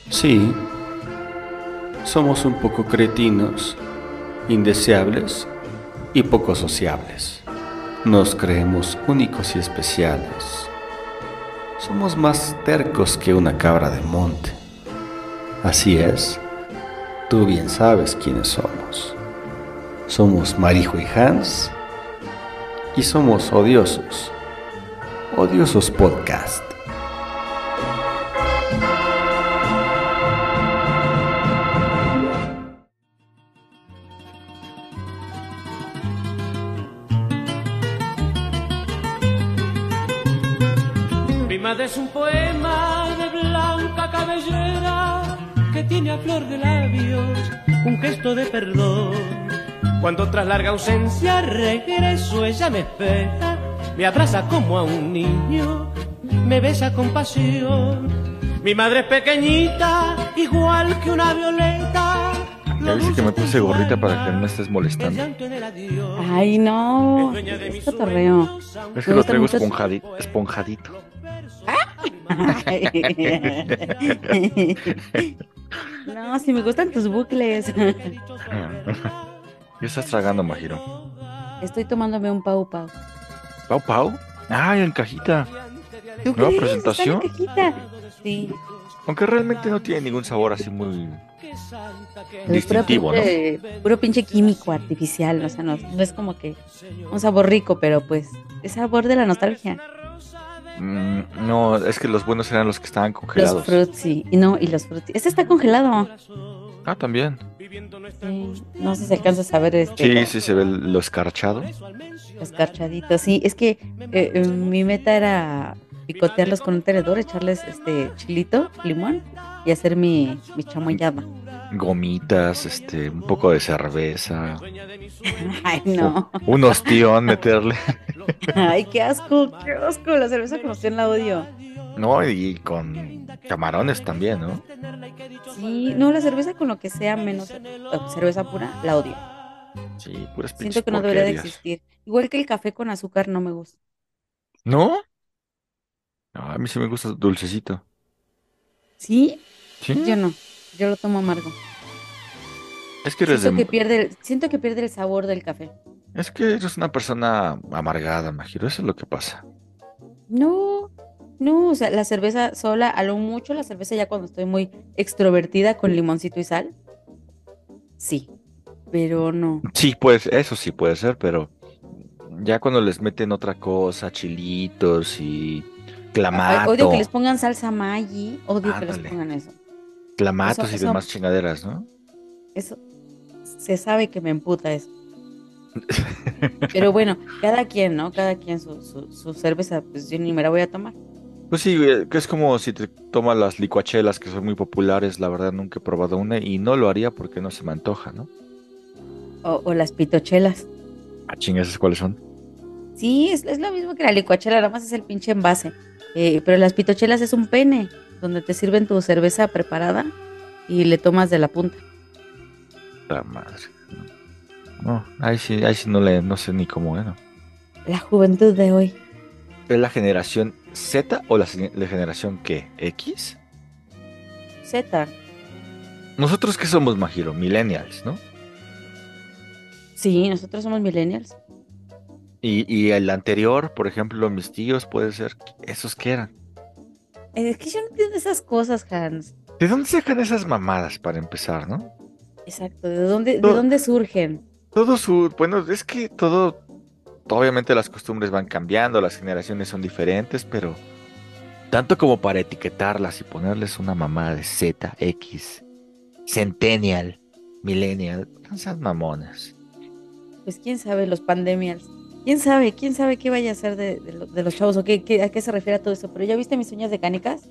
Sí, somos un poco cretinos, indeseables y poco sociables. Nos creemos únicos y especiales. Somos más tercos que una cabra de monte. Así es, tú bien sabes quiénes somos. Somos Marijo y Hans y somos odiosos. Odiosos Podcast. Mi madre es un poema de blanca cabellera que tiene a flor de labios un gesto de perdón. Cuando tras larga ausencia regreso, ella me espera, me abraza como a un niño, me besa con pasión. Mi madre es pequeñita, igual que una violeta. Ya viste que me puse gorrita para que no me estés molestando. Ay, no, es cotorreo. Es que Me lo gusta traigo mucho. esponjadito. No, si me gustan tus bucles. ¿Qué estás tragando, Majiro? Estoy tomándome un pau pau. ¿Pau Pau? ¡Ay, en cajita! ¿Tú ¿Nueva crees? presentación? Está en la cajita. Sí, Aunque realmente no tiene ningún sabor así muy es distintivo, ¿no? puro pinche químico artificial. O sea, no es como que un sabor rico, pero pues es sabor de la nostalgia. No, es que los buenos eran los que estaban Los congelados. frutzi. Y no, y los frutzi. Este está congelado. Ah, también. Sí, no sé si alcanzas a ver Sí, sí, se ve lo escarchado. escarchadito. Sí, es que mi meta era picotearlos con un tenedor, echarles chilito, limón y hacer mi chamoyada. Gomitas, un poco de cerveza, Ay, no. un ostión meterle. Ay, qué asco, qué asco. La cerveza con usted la odio. No, y con camarones también, ¿no? Sí, no, la cerveza con lo que sea menos cerveza pura, la odio. Sí, puras pinches Siento que no debería de porquerías. existir. Igual que el café con azúcar no me gusta. ¿No? No, a mí sí me gusta dulcecito. ¿Sí? Yo Sí, no. Yo lo tomo amargo. es que eres de... Siento que pierde el sabor del café. Es que eres una persona amargada, Majiro, eso es lo que pasa. No, no, o sea, la cerveza sola, a lo mucho la cerveza ya cuando estoy muy extrovertida con limoncito y sal, sí, pero no. Sí, pues eso sí puede ser, pero ya cuando les meten otra cosa, chilitos y Ay, odio que les clamato, pongan salsa Maggi, odio que les ándale, pongan eso. Eso, clamatos y eso, demás chingaderas, ¿no? eso, se sabe que me emputa eso. Pero bueno, cada quien, ¿no? Cada quien su cerveza, pues yo ni me la voy a tomar. Pues sí, que es como si te tomas las licuachelas que son muy populares, la verdad nunca he probado una y no lo haría porque no se me antoja, ¿no? O las pitochelas. Ah, chingas, ¿esas cuáles son? Sí, es lo mismo que la licuachela, nada más es el pinche envase. Pero las pitochelas es un pene, donde te sirven tu cerveza preparada y le tomas de la punta. La madre. No, ahí sí no sé ni cómo, ¿no? La juventud de hoy. ¿Es la generación Z o la generación qué? ¿X? Z. Nosotros qué somos, Majiro, millennials, ¿no? Sí, nosotros somos millennials. Y el anterior, por ejemplo, mis tíos, puede ser, ¿esos qué eran? Es que yo no entiendo esas cosas, Hans. ¿De dónde sacan esas mamadas para empezar, no? Exacto, de Todo, dónde surgen? bueno, es que todo, obviamente las costumbres van cambiando, las generaciones son diferentes, pero tanto como para etiquetarlas y ponerles una mamada de Z, X, Centennial, Millennial, no sean mamonas. Pues quién sabe, los pandemias. Quién sabe qué vaya a ser de los chavos o a qué se refiere a todo eso. Pero ¿ya viste mis uñas de canicas?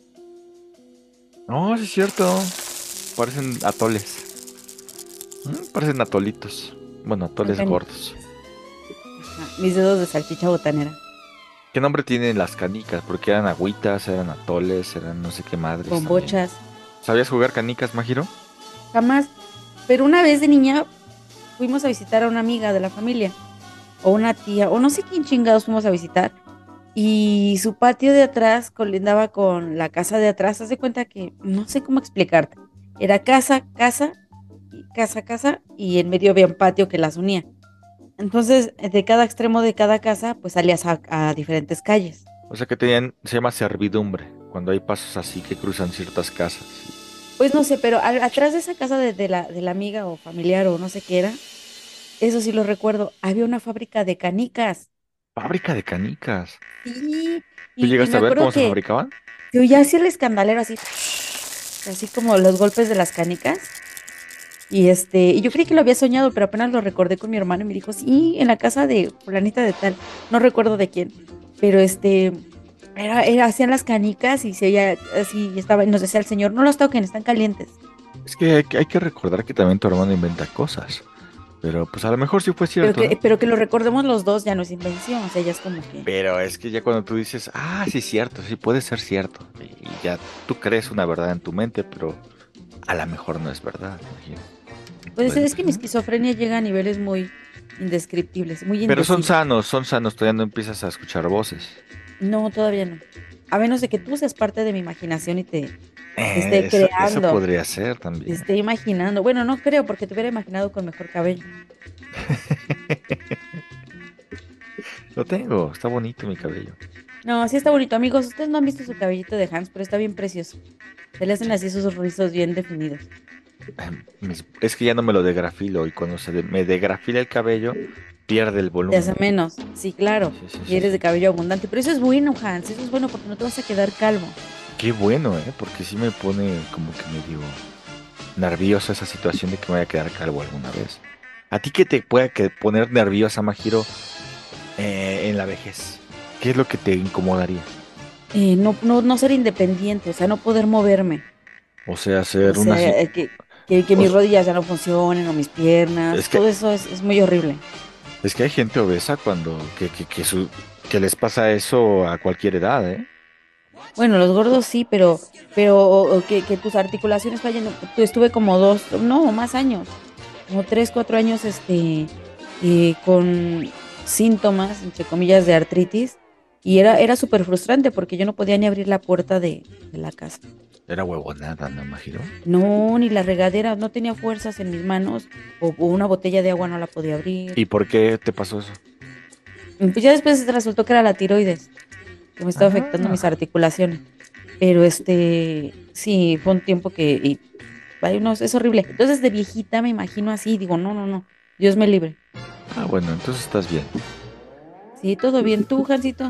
No, sí es cierto, parecen atoles, parecen atolitos, bueno, Son atoles canicas. gordos. Ajá, mis dedos de salchicha botanera. ¿Qué nombre tienen las canicas? Porque eran agüitas, eran atoles, eran no sé qué madres también. Bombochas. ¿Sabías jugar canicas, Majiro? Jamás. Pero una vez de niña fuimos a visitar a una amiga de la familia. O una tía. O no sé quién chingados fuimos a visitar. y su patio de atrás colindaba con la casa de atrás. Haz de cuenta que no sé cómo explicarte. Era casa, casa, casa, casa, y en medio había un patio que las unía. Entonces, de cada extremo de cada casa, pues salías a diferentes calles. O sea que tenían, se llama servidumbre, cuando hay pasos así que cruzan ciertas casas. Pues no sé, pero atrás de esa casa de la amiga o familiar o no sé qué era, eso sí lo recuerdo, había una fábrica de canicas. Fábrica de canicas. Sí, ¿Tú y llegaste me a ver acuerdo cómo se que fabricaban? se oía así el escandalero, así, así como los golpes de las canicas. Y yo creí que lo había soñado, pero apenas lo recordé con mi hermano y me dijo, sí, en la casa de fulanita de tal, no recuerdo de quién, pero hacían las canicas y se oía así, y estaba, y nos decía el señor, no los toquen, están calientes. Es que hay que recordar que también tu hermano inventa cosas. Pero pues a lo mejor sí fue Pero cierto, que, ¿no? pero que lo recordemos los dos ya no es invención, o sea, ya es como que, Pero es que ya cuando tú dices, ah, sí, cierto, sí puede ser cierto. Y ya tú crees una verdad en tu mente, pero a lo mejor no es verdad. Imagino. pues Bueno, es que pues mi no. esquizofrenia llega a niveles muy indescriptibles, muy Pero indecibles. son sanos, todavía no empiezas a escuchar voces. No, todavía no. A menos de que tú seas parte de mi imaginación y te esté Eso creando, podría ser te también. esté imaginando. Bueno, no creo, porque te hubiera imaginado con mejor cabello. Lo tengo, está bonito mi cabello. No, sí está bonito, amigos. Ustedes no han visto su cabellito de Hans, pero está bien precioso. Se le hacen así sus rizos bien definidos. Es que ya no me lo degrafilo y cuando me degrafila el cabello, pierde el Te hace volumen. menos. Sí, Sí, claro. sí, sí, Y sí, eres de sí. cabello abundante. Pero eso es bueno, Hans. Eso es bueno porque no te vas a quedar calvo. Qué bueno, ¿eh? Porque sí me pone como que medio nervioso esa situación de que me vaya a quedar calvo alguna vez. ¿A ti qué te puede poner nerviosa, Majiro, en la vejez? ¿Qué es lo que te incomodaría? No ser independiente, o sea, no poder moverme. O sea, O hacer una... sea, que o mis s- rodillas ya no funcionen o mis piernas. es que, Todo eso es muy horrible. es que hay gente obesa cuando que les pasa eso a cualquier edad, ¿eh? Bueno, los gordos sí, pero o que tus articulaciones fallen. Tú estuve como no, más años, como 3, 4 años, con síntomas, entre comillas, de artritis. Y era súper frustrante porque yo no podía ni abrir la puerta de la casa. Era huevonada, ¿no, Majiro? No, ni la regadera, no tenía fuerzas en mis manos, o una botella de agua no la podía abrir. ¿Y por qué te pasó eso? Y pues ya después resultó que era la tiroides, que me estaba afectando mis Ah, articulaciones. Pero sí, fue un tiempo ay, no, es horrible. Entonces de viejita me imagino así, digo, no, no, no, Dios me libre. bueno, entonces estás bien. Sí, todo bien, tú, Jancito.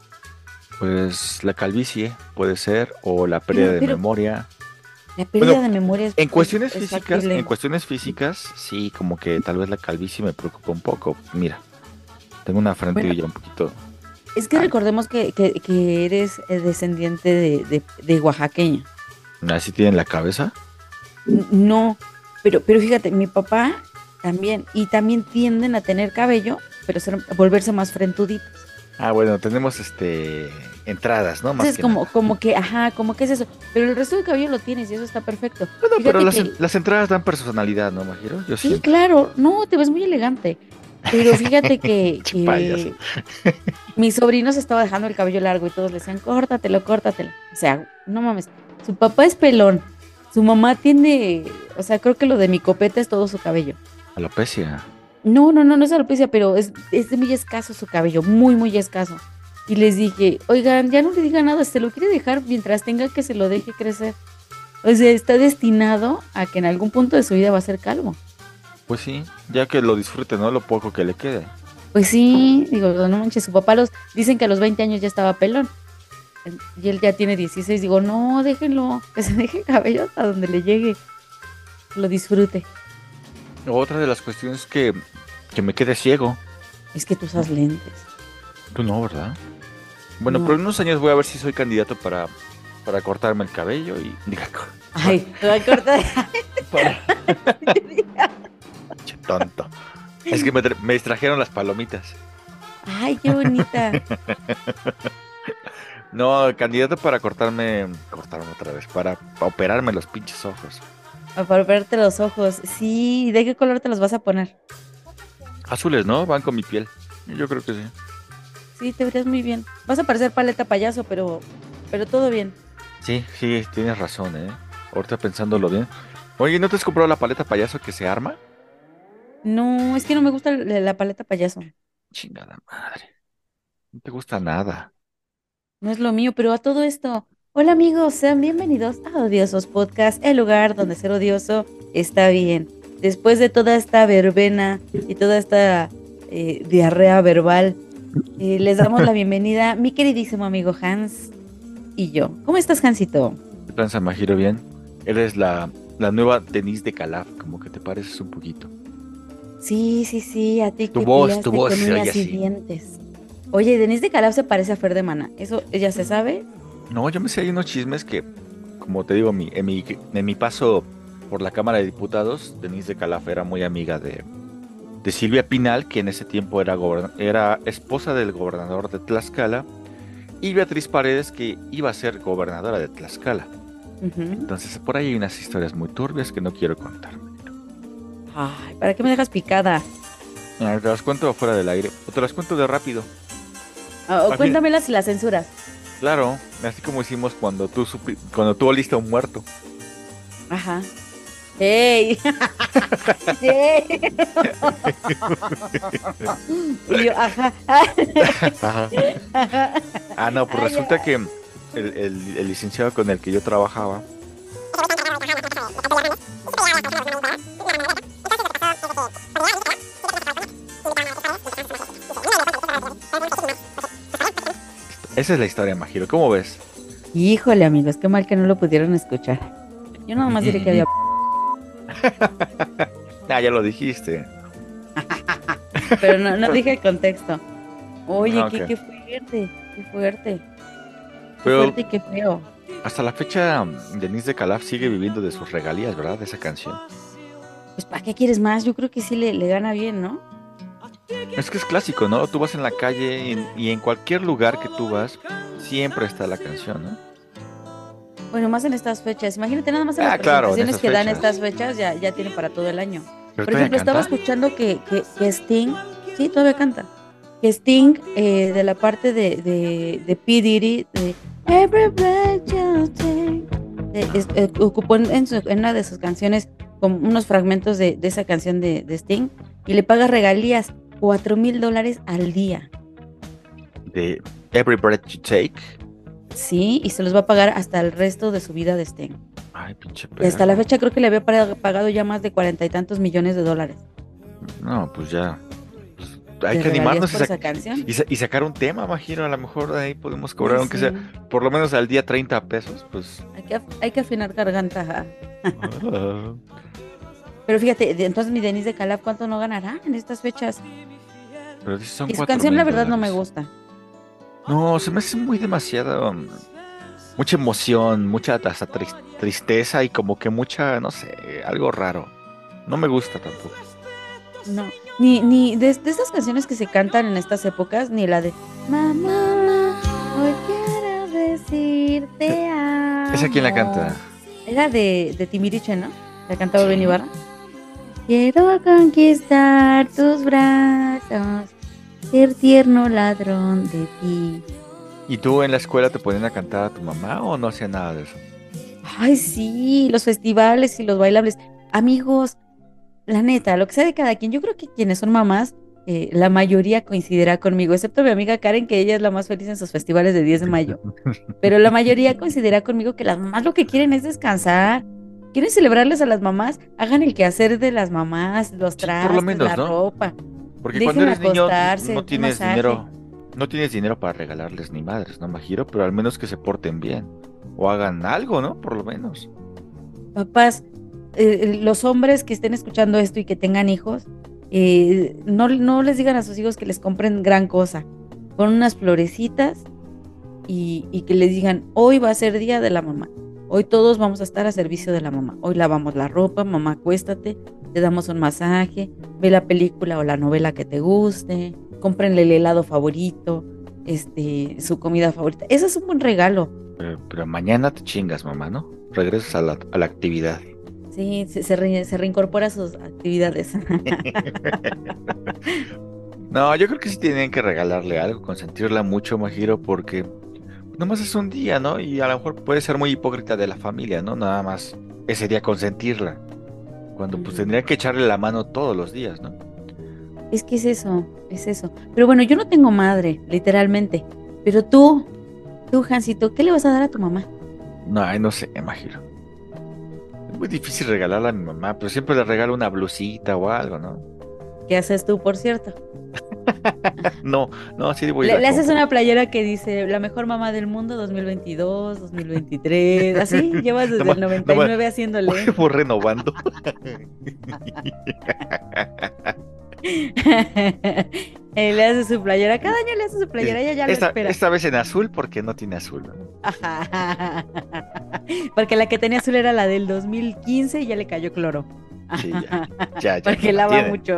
Pues la calvicie puede ser, o la pérdida Pero, de pero memoria. la Bueno, pérdida de memoria en cuestiones es físicas, factible. sí, como que tal vez la calvicie me preocupa un poco. Mira, tengo una frente Bueno, ya un poquito. es que Ah, recordemos que eres descendiente de oaxaqueña. así tiene la cabeza. No, pero fíjate, mi papá también, y también tienden a tener cabello, pero volverse más frentuditos. Bueno, tenemos entradas, ¿no? Más Entonces, que como, nada. como que, ajá, como que es eso. Pero el resto del cabello lo tienes y eso está perfecto. Bueno, pero Fíjate que, las entradas dan personalidad, ¿no, Majiro? Yo sí, siento. claro, no, te ves muy elegante. Pero fíjate que, Che payaso. que mi sobrino se estaba dejando el cabello largo y todos le decían, córtatelo, córtatelo. O sea, no mames, su papá es pelón, su mamá tiene, o sea, creo que lo de mi copeta es todo su cabello. Alopecia. No, no, no, no es alopecia, pero es de muy escaso su cabello, muy, muy escaso. Y les dije, oigan, ya no le diga nada, se lo quiere dejar mientras tenga que se lo deje crecer. O sea, está destinado a que en algún punto de su vida va a ser calvo. Pues sí, ya que lo disfrute, ¿no? Lo poco que le quede. Pues sí, digo, no manches, su papá dicen que a los 20 años ya estaba pelón. Y él ya tiene 16. Digo, no, déjenlo, que se deje el cabello hasta donde le llegue, que lo disfrute. Otra de las cuestiones que me quede ciego. Es que tú usas lentes. Tú no, ¿verdad? Bueno, pero No. en unos años voy a ver si soy candidato para cortarme el cabello y... Diga, Ay, te va a cortar. para... Che, tonto. Es que me distrajeron las palomitas. Ay, qué bonita. No, candidato para cortarme otra vez, para operarme los pinches ojos. Para verte los ojos. Sí, ¿de qué color te los vas a poner? Azules, ¿no? Van con mi piel. Yo creo que sí. Sí, te verías muy bien. Vas a parecer paleta payaso, pero todo bien. Sí, sí, tienes razón, ¿eh? Ahorita pensándolo bien. Oye, ¿no te has comprado la paleta payaso que se arma? No, es que no me gusta la paleta payaso. Chingada madre. No te gusta nada. No es lo mío, pero a todo esto. Hola amigos, sean bienvenidos a Odiosos Podcast, el lugar donde ser odioso está bien. Después de toda esta verbena y toda esta diarrea verbal, les damos la bienvenida, mi queridísimo amigo Hans y yo. ¿Cómo estás, Hansito? ¿Qué tranza, Majiro? Bien. Eres la nueva Denise de Calaf, como que te pareces un poquito. Sí, sí, sí, a ti Tu que voz criaste con se oye uñas y así. dientes. Oye, Denise de Calaf se parece a Fer de Mana. ¿Eso ya se sabe? No, yo me sé, hay unos chismes que, como te digo, en mi paso por la Cámara de Diputados, Denise de Calaf era muy amiga de Silvia Pinal, que en ese tiempo era esposa del gobernador de Tlaxcala, y Beatriz Paredes, que iba a ser gobernadora de Tlaxcala. Ujú. Entonces, por ahí hay unas historias muy turbias que no quiero contar. Ay, ¿para qué me dejas picada? Mira, te las cuento fuera del aire, o te las cuento de rápido. Ah, Al fin- cuéntamelas y las censuras. Claro, así como hicimos cuando tú oliste a un muerto. Ajá. ¡Ey! ¡Ey! Y yo, ajá. Ajá. Ajá. Ah, no, pues Ay, resulta ay. que el licenciado con el que yo trabajaba, esa es la historia, Majiro, ¿cómo ves? Híjole, amigos, qué mal que no lo pudieron escuchar. Yo nada más diré que había. Ah, ya lo dijiste. Pero no dije el contexto. Oye, Ah, ok. qué fuerte, qué fuerte. Qué Pero fuerte y qué feo. hasta la fecha, Denise de Calaf sigue viviendo de sus regalías, ¿verdad? De esa canción. Pues, ¿para qué quieres más? Yo creo que sí le gana bien, ¿no? Es que es clásico, ¿no? Tú vas en la calle y en cualquier lugar que tú vas, siempre está la canción, ¿no? Bueno, más en estas fechas. Imagínate nada más en las Ah, claro, en presentaciones esas que dan fechas. estas fechas, ya tienen para todo el año. Pero Por todavía ejemplo, estaba canta. escuchando que Sting, sí, todavía canta, que Sting de la parte de P. Diddy, de Every Breath You Take, ocupó en una de sus canciones como unos fragmentos de esa canción de Sting y le paga regalías $4,000 al día. De Every Breath You Take. Sí, y se los va a pagar hasta el resto de su vida de Sting. Ay, pinche Y hasta la perro. fecha creo que le había pagado ya más de 40 y tantos millones de dólares No, pues ya. Pues, hay de que regalías animarnos por esa canción. y sacar un tema, Majiro. A lo mejor de ahí podemos cobrar, Ay, aunque sí. sea por lo menos al día 30 pesos. Pues. Hay que afinar garganta. Ajá. Ah. Pero fíjate, entonces mi Denise de Calaf, ¿cuánto no ganará en estas fechas? Pero dice, son Y su 4 canción, mil la verdad, no me dólares. gusta. No, se me hace muy demasiado. Mucha emoción, mucha hasta tristeza y como que mucha, no sé, algo raro. No me gusta tampoco. No. Ni de estas canciones que se cantan en estas épocas, ni la de Mamá, hoy quiero decirte amo. ¿Esa quién la canta? Era de Timbiriche, ¿no? La cantaba Ben Ibarra. Quiero conquistar tus brazos, ser tierno ladrón de ti. ¿Y tú en la escuela te ponían a cantar a tu mamá o no hacía nada de eso? Ay, sí, los festivales y los bailables. Amigos, la neta, lo que sea de cada quien, yo creo que quienes son mamás, la mayoría coincidirá conmigo, excepto mi amiga Karen, que ella es la más feliz en sus festivales de 10 de mayo. Pero la mayoría coincidirá conmigo que las mamás lo que quieren es descansar. ¿Quieren celebrarles a las mamás? Hagan el quehacer de las mamás, los Sí, por lo trastes, menos, la ¿no? ropa. Porque cuando Déjenla eres niño acostarse, no un tienes masaje. dinero, no tienes dinero para regalarles ni madres, ¿no, Majiro? Pero al menos que se porten bien o hagan algo, ¿no? Por lo menos. Papás, los hombres que estén escuchando esto y que tengan hijos, no les digan a sus hijos que les compren gran cosa. Con unas florecitas y que les digan, hoy va a ser día de la mamá. Hoy todos vamos a estar a servicio de la mamá. Hoy lavamos la ropa, mamá, acuéstate, te damos un masaje, ve la película o la novela que te guste, cómprenle el helado favorito, su comida favorita. Ese es un buen regalo. Pero mañana te chingas, mamá, ¿no? Regresas a la actividad. Sí, se reincorpora a sus actividades. No, yo creo que sí tienen que regalarle algo, consentirla mucho, Majiro, porque nomás es un día, ¿no? Y a lo mejor puede ser muy hipócrita de la familia, ¿no? Nada más ese día consentirla, cuando pues Ujú. tendría que echarle la mano todos los días, ¿no? Es que es eso, es eso. Pero bueno, yo no tengo madre, literalmente. Pero tú, Hansito, ¿qué le vas a dar a tu mamá? No, ay, no sé, Majiro. Es muy difícil regalarle a mi mamá, pero siempre le regalo una blusita o algo, ¿no? ¿Qué haces tú, por cierto? No, no, sí voy y Le, la le haces compro. una playera que dice la mejor mamá del mundo 2022, 2023, así llevas desde el Nomás, nomás 99 haciéndole. voy renovando. Le hace su playera, cada año le hace su playera, ella ya lo espera. Esta vez en azul porque no tiene azul, ¿no? Porque la que tenía azul era la del 2015 y ya le cayó cloro. Sí, ya, ya no Porque la lava tiene. mucho.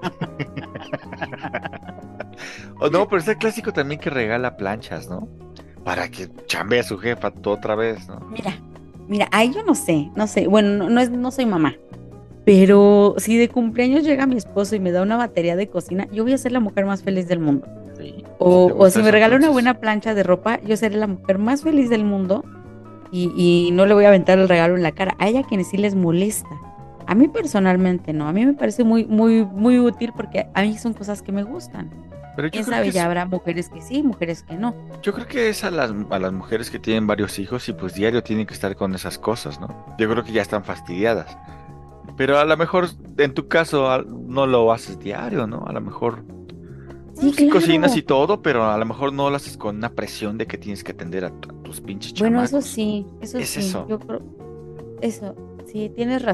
O no, pero está el clásico también que regala planchas, ¿no? Para que chambee a su jefa otra vez, ¿no? Mira, ahí yo no sé. Bueno, no soy mamá. Pero si de cumpleaños llega mi esposo y me da una batería de cocina, yo voy a ser la mujer más feliz del mundo. Sí, si te O gusta si me eso, regala una entonces. buena plancha de ropa, yo seré la mujer más feliz del mundo y no le voy a aventar el regalo en la cara. A ella quienes sí les molesta. A mí personalmente no. A mí me parece muy, muy, muy útil porque a mí son cosas que me gustan. Pero Quién sabe, ya habrá mujeres que sí, mujeres que no. yo creo que es a las mujeres que tienen varios hijos y pues diario tienen que estar con esas cosas, ¿no? Yo creo que ya están fastidiadas. Pero a lo mejor en tu caso no lo haces diario, ¿no? A lo mejor Sí, sí cocinas claro. y todo, pero a lo mejor no lo haces con una presión de que tienes que atender a tus pinches Bueno, chamacos. eso Es sí, eso. yo creo, eso, sí,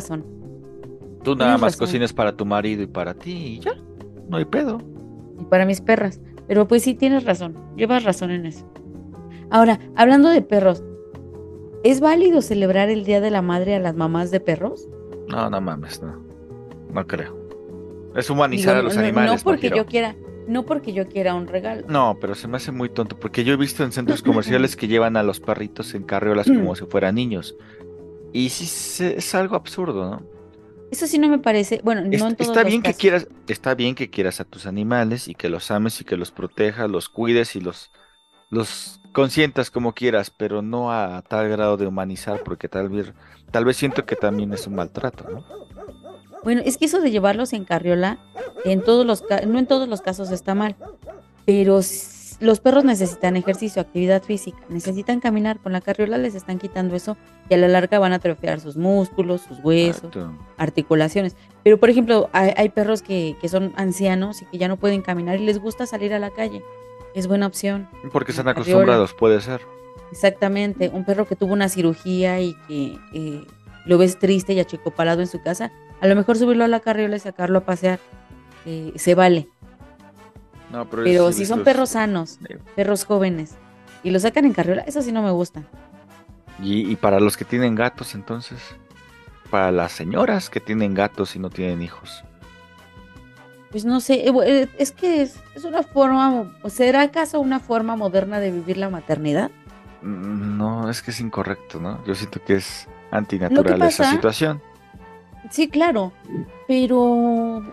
Tú nada tienes más razón. cocinas para tu marido y para ti y ya, no hay pedo. Y para mis perras. Pero pues sí, tienes razón, llevas razón en eso. Ahora, hablando de perros, ¿es válido celebrar el Día de la Madre a las mamás de perros? No, no mames, no. No creo. Es Digo, humanizar a no, los no, no animales, porque Majiro. yo quiera, no porque yo quiera un regalo. No, pero se me hace muy tonto, porque yo he visto en centros comerciales que llevan a los perritos en carriolas como si fueran niños. Y sí es algo absurdo, ¿no? Eso sí no me parece, bueno, no en todos Está los bien que casos. quieras, está bien que quieras a tus animales y que los ames y que los protejas, los cuides y los consientas como quieras, pero no a tal grado de humanizar, porque tal vez siento que también es un maltrato, ¿no? Bueno, es que eso de llevarlos en carriola, no en todos los casos está mal, pero los perros necesitan ejercicio, actividad física, necesitan caminar. Con la carriola les están quitando eso y a la larga van a atrofiar sus músculos, sus huesos, Exacto. articulaciones. Pero, por ejemplo, hay perros que son ancianos y que ya no pueden caminar y les gusta salir a la calle. Es buena opción, Porque una están carriola. acostumbrados, puede ser. Exactamente, un perro que tuvo una cirugía y que lo ves triste y achicopalado en su casa, a lo mejor subirlo a la carriola y sacarlo a pasear, se vale. No, pero es Pero sí si son los... perros sanos, perros jóvenes, y los sacan en carriola, eso sí no me gusta. Y para los que tienen gatos, entonces, para las señoras que tienen gatos y no tienen hijos. Pues no sé, es que es una forma, ¿será acaso una forma moderna de vivir la maternidad? No, es que es incorrecto, ¿no? Yo siento que es Lo que antinatural esa pasa, situación. sí, claro, pero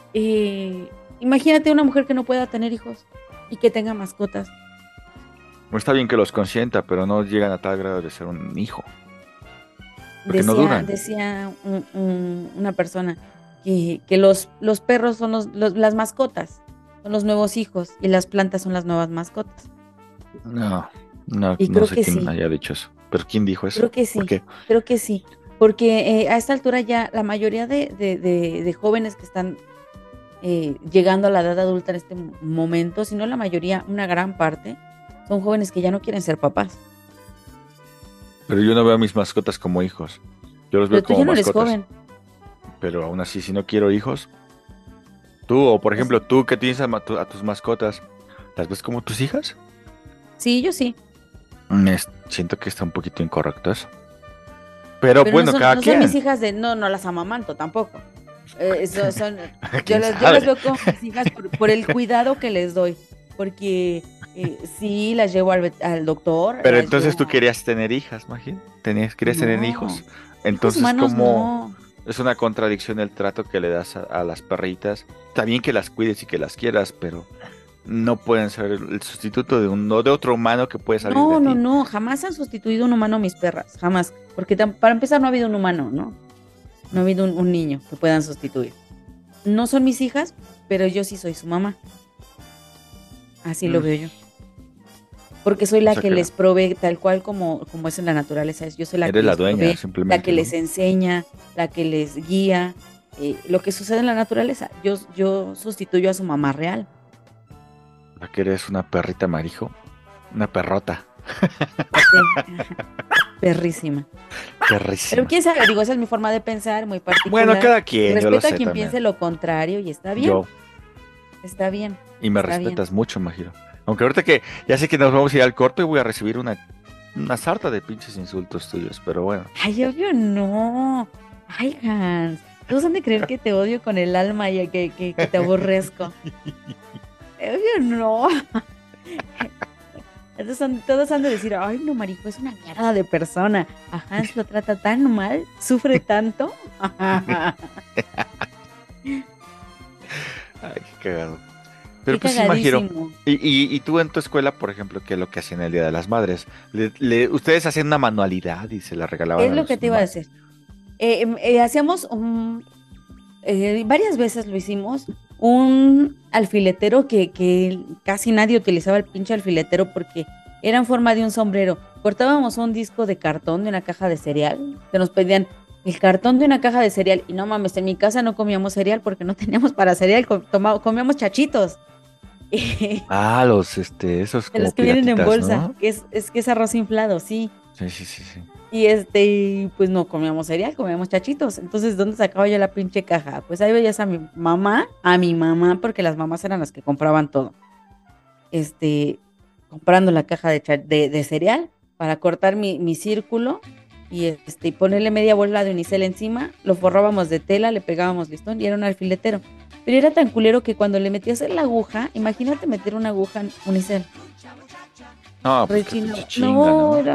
imagínate una mujer que no pueda tener hijos y que tenga mascotas. No está bien que los consienta, pero no llegan a tal grado de ser un hijo, porque no Decía, duran. decía una persona que los perros son las mascotas, son los nuevos hijos y las plantas son las nuevas mascotas. No, Y no creo sé que quién sí, haya dicho eso. ¿Pero quién dijo eso? creo que ¿Por sí, qué? creo que sí. Porque a esta altura ya la mayoría de jóvenes que están llegando a la edad adulta en este momento, si no la mayoría, una gran parte, son jóvenes que ya no quieren ser papás. Pero yo no veo a mis mascotas como hijos. Yo los veo Pero tú como ya no eres mascotas. joven. Pero aún así, si no quiero hijos, tú, o por Pues, ejemplo, tú que tienes a tus mascotas, ¿las ves como tus hijas? sí, yo sí. Siento que está un poquito incorrecto eso. Pero Pero bueno, cada no son mis quien. hijas no las amamanto tampoco. Son, ¿Quién yo las sabe? veo como mis hijas por el cuidado que les doy. Porque sí, las llevo al doctor, Pero las entonces tú llevo. querías tener hijas, imagínate. Querías tener No, hijos. hijos Entonces, humanos ¿cómo? no. Es una contradicción el trato que le das a las perritas. Está bien que las cuides y que las quieras, pero no pueden ser el sustituto de otro humano que puede salir No, de no, ti. no, jamás han sustituido un humano a mis perras, jamás. Porque para empezar no ha habido un humano, ¿no? No ha habido un niño que puedan sustituir. No son mis hijas, pero yo sí soy su mamá. Así lo Mm. veo yo. Porque soy O la sea que que les provee tal cual como es en la naturaleza. Yo soy la que eres la les dueña, provee, la simplemente, que ¿no? les enseña, la que les guía. Lo que sucede en la naturaleza. Yo sustituyo a su mamá real. La que eres una perrita marijo. Una perrota. Sí. Perrísima. Pero Perrísima. quién sabe, digo, esa es mi forma de pensar, muy particular. Bueno, cada quien, yo lo Respeto a sé quien también. piense lo contrario y está bien. Yo. Está bien. Y me Está bien. respetas mucho, Majiro. Aunque ahorita que ya sé que nos vamos a ir al corte, voy a recibir una sarta de pinches insultos tuyos, pero bueno. Ay, obvio no. Ay, Hans. Todos han de creer que te odio con el alma y que te aborrezco. Obvio no. Todos han de decir, ay, no, marico, es una mierda de persona. A Hans lo trata tan mal, sufre tanto. Ay, qué cagado. Pero Qué pues sí, Majiro. cagadísimo. Y tú en tu escuela, por ejemplo, ¿qué es lo que hacían el Día de las Madres? Ustedes hacían una manualidad y se la regalaban Es a lo los que te iba a demás. decir. Hacíamos varias veces lo hicimos, un alfiletero que casi nadie utilizaba el pinche alfiletero porque era en forma de un sombrero. Cortábamos un disco de cartón de una caja de cereal, que nos pedían el cartón de una caja de cereal y no mames, en mi casa no comíamos cereal porque no teníamos para cereal, comíamos chachitos. Ah, esos De como los que vienen en piratitas, bolsa, ¿no? que es arroz inflado, sí. Sí, sí, sí, sí. Y pues no comíamos cereal, comíamos chachitos. Entonces, ¿dónde sacaba yo la pinche caja? Pues ahí veías a mi mamá, porque las mamás eran las que compraban todo. Comprando la caja de cereal para cortar mi círculo y ponerle media bola de unicel encima, lo forrábamos de tela, le pegábamos listón y era un alfiletero. Pero era tan culero que cuando le metías en la aguja, imagínate meter una aguja en unicel. No, pues que te Rechinaba. chinga, No, ¿no?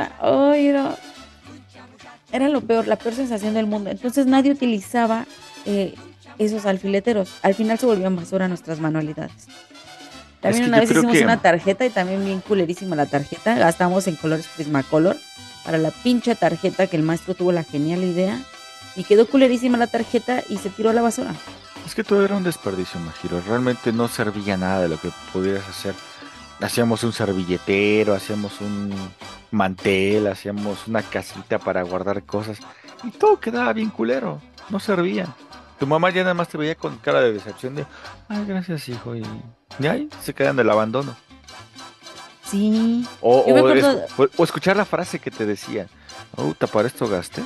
era lo peor, la peor sensación del mundo. Entonces nadie utilizaba esos alfileteros. Al final se volvían basura nuestras manualidades. Es También que una yo vez creo hicimos que una tarjeta y también bien culerísima la tarjeta. Gastamos en colores Prismacolor para la pinche tarjeta que el maestro tuvo la genial idea. Y quedó culerísima la tarjeta y se tiró a la basura. es que todo era un desperdicio, Majiro. Realmente no servía nada de lo que pudieras hacer. Hacíamos un servilletero, hacíamos un mantel, hacíamos una casita para guardar cosas y todo quedaba bien culero, no servía. Tu mamá ya nada más te veía con cara de decepción de, ay, gracias, hijo, y ahí se quedan del abandono. Sí. O, Yo me o, acuerdo. o escuchar la frase que te decía, ¿para esto gasté?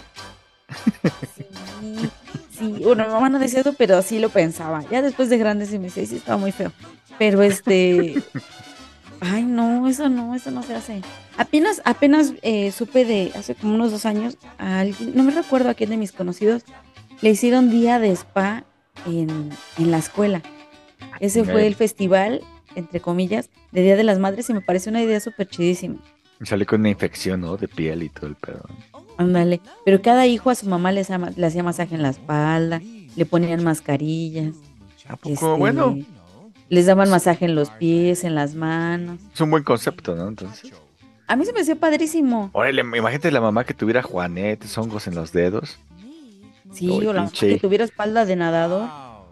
Sí, sí, bueno, mi mamá no decía eso, pero sí lo pensaba. Ya después de grande sí me decía, sí, estaba muy feo. Pero ay, no, eso no se hace. Apenas supe de hace como unos 2 años a alguien, no me recuerdo a quién de mis conocidos, le hicieron día de spa en la escuela. Ese fue el festival, entre comillas, de Día de las Madres y me pareció una idea súper chidísima. Salí con una infección, ¿no? De piel y todo el pedo. Ándale, pero cada hijo a su mamá le hacía masaje en la espalda, le ponían mascarillas, ¿A poco? Bueno, les daban masaje en los pies, en las manos. es un buen concepto, ¿no? Entonces. A mí se me hacía padrísimo. Órale, imagínate la mamá que tuviera juanetes, hongos en los dedos. Sí, Uy, o la mamá que pinche. tuviera espalda de nadador.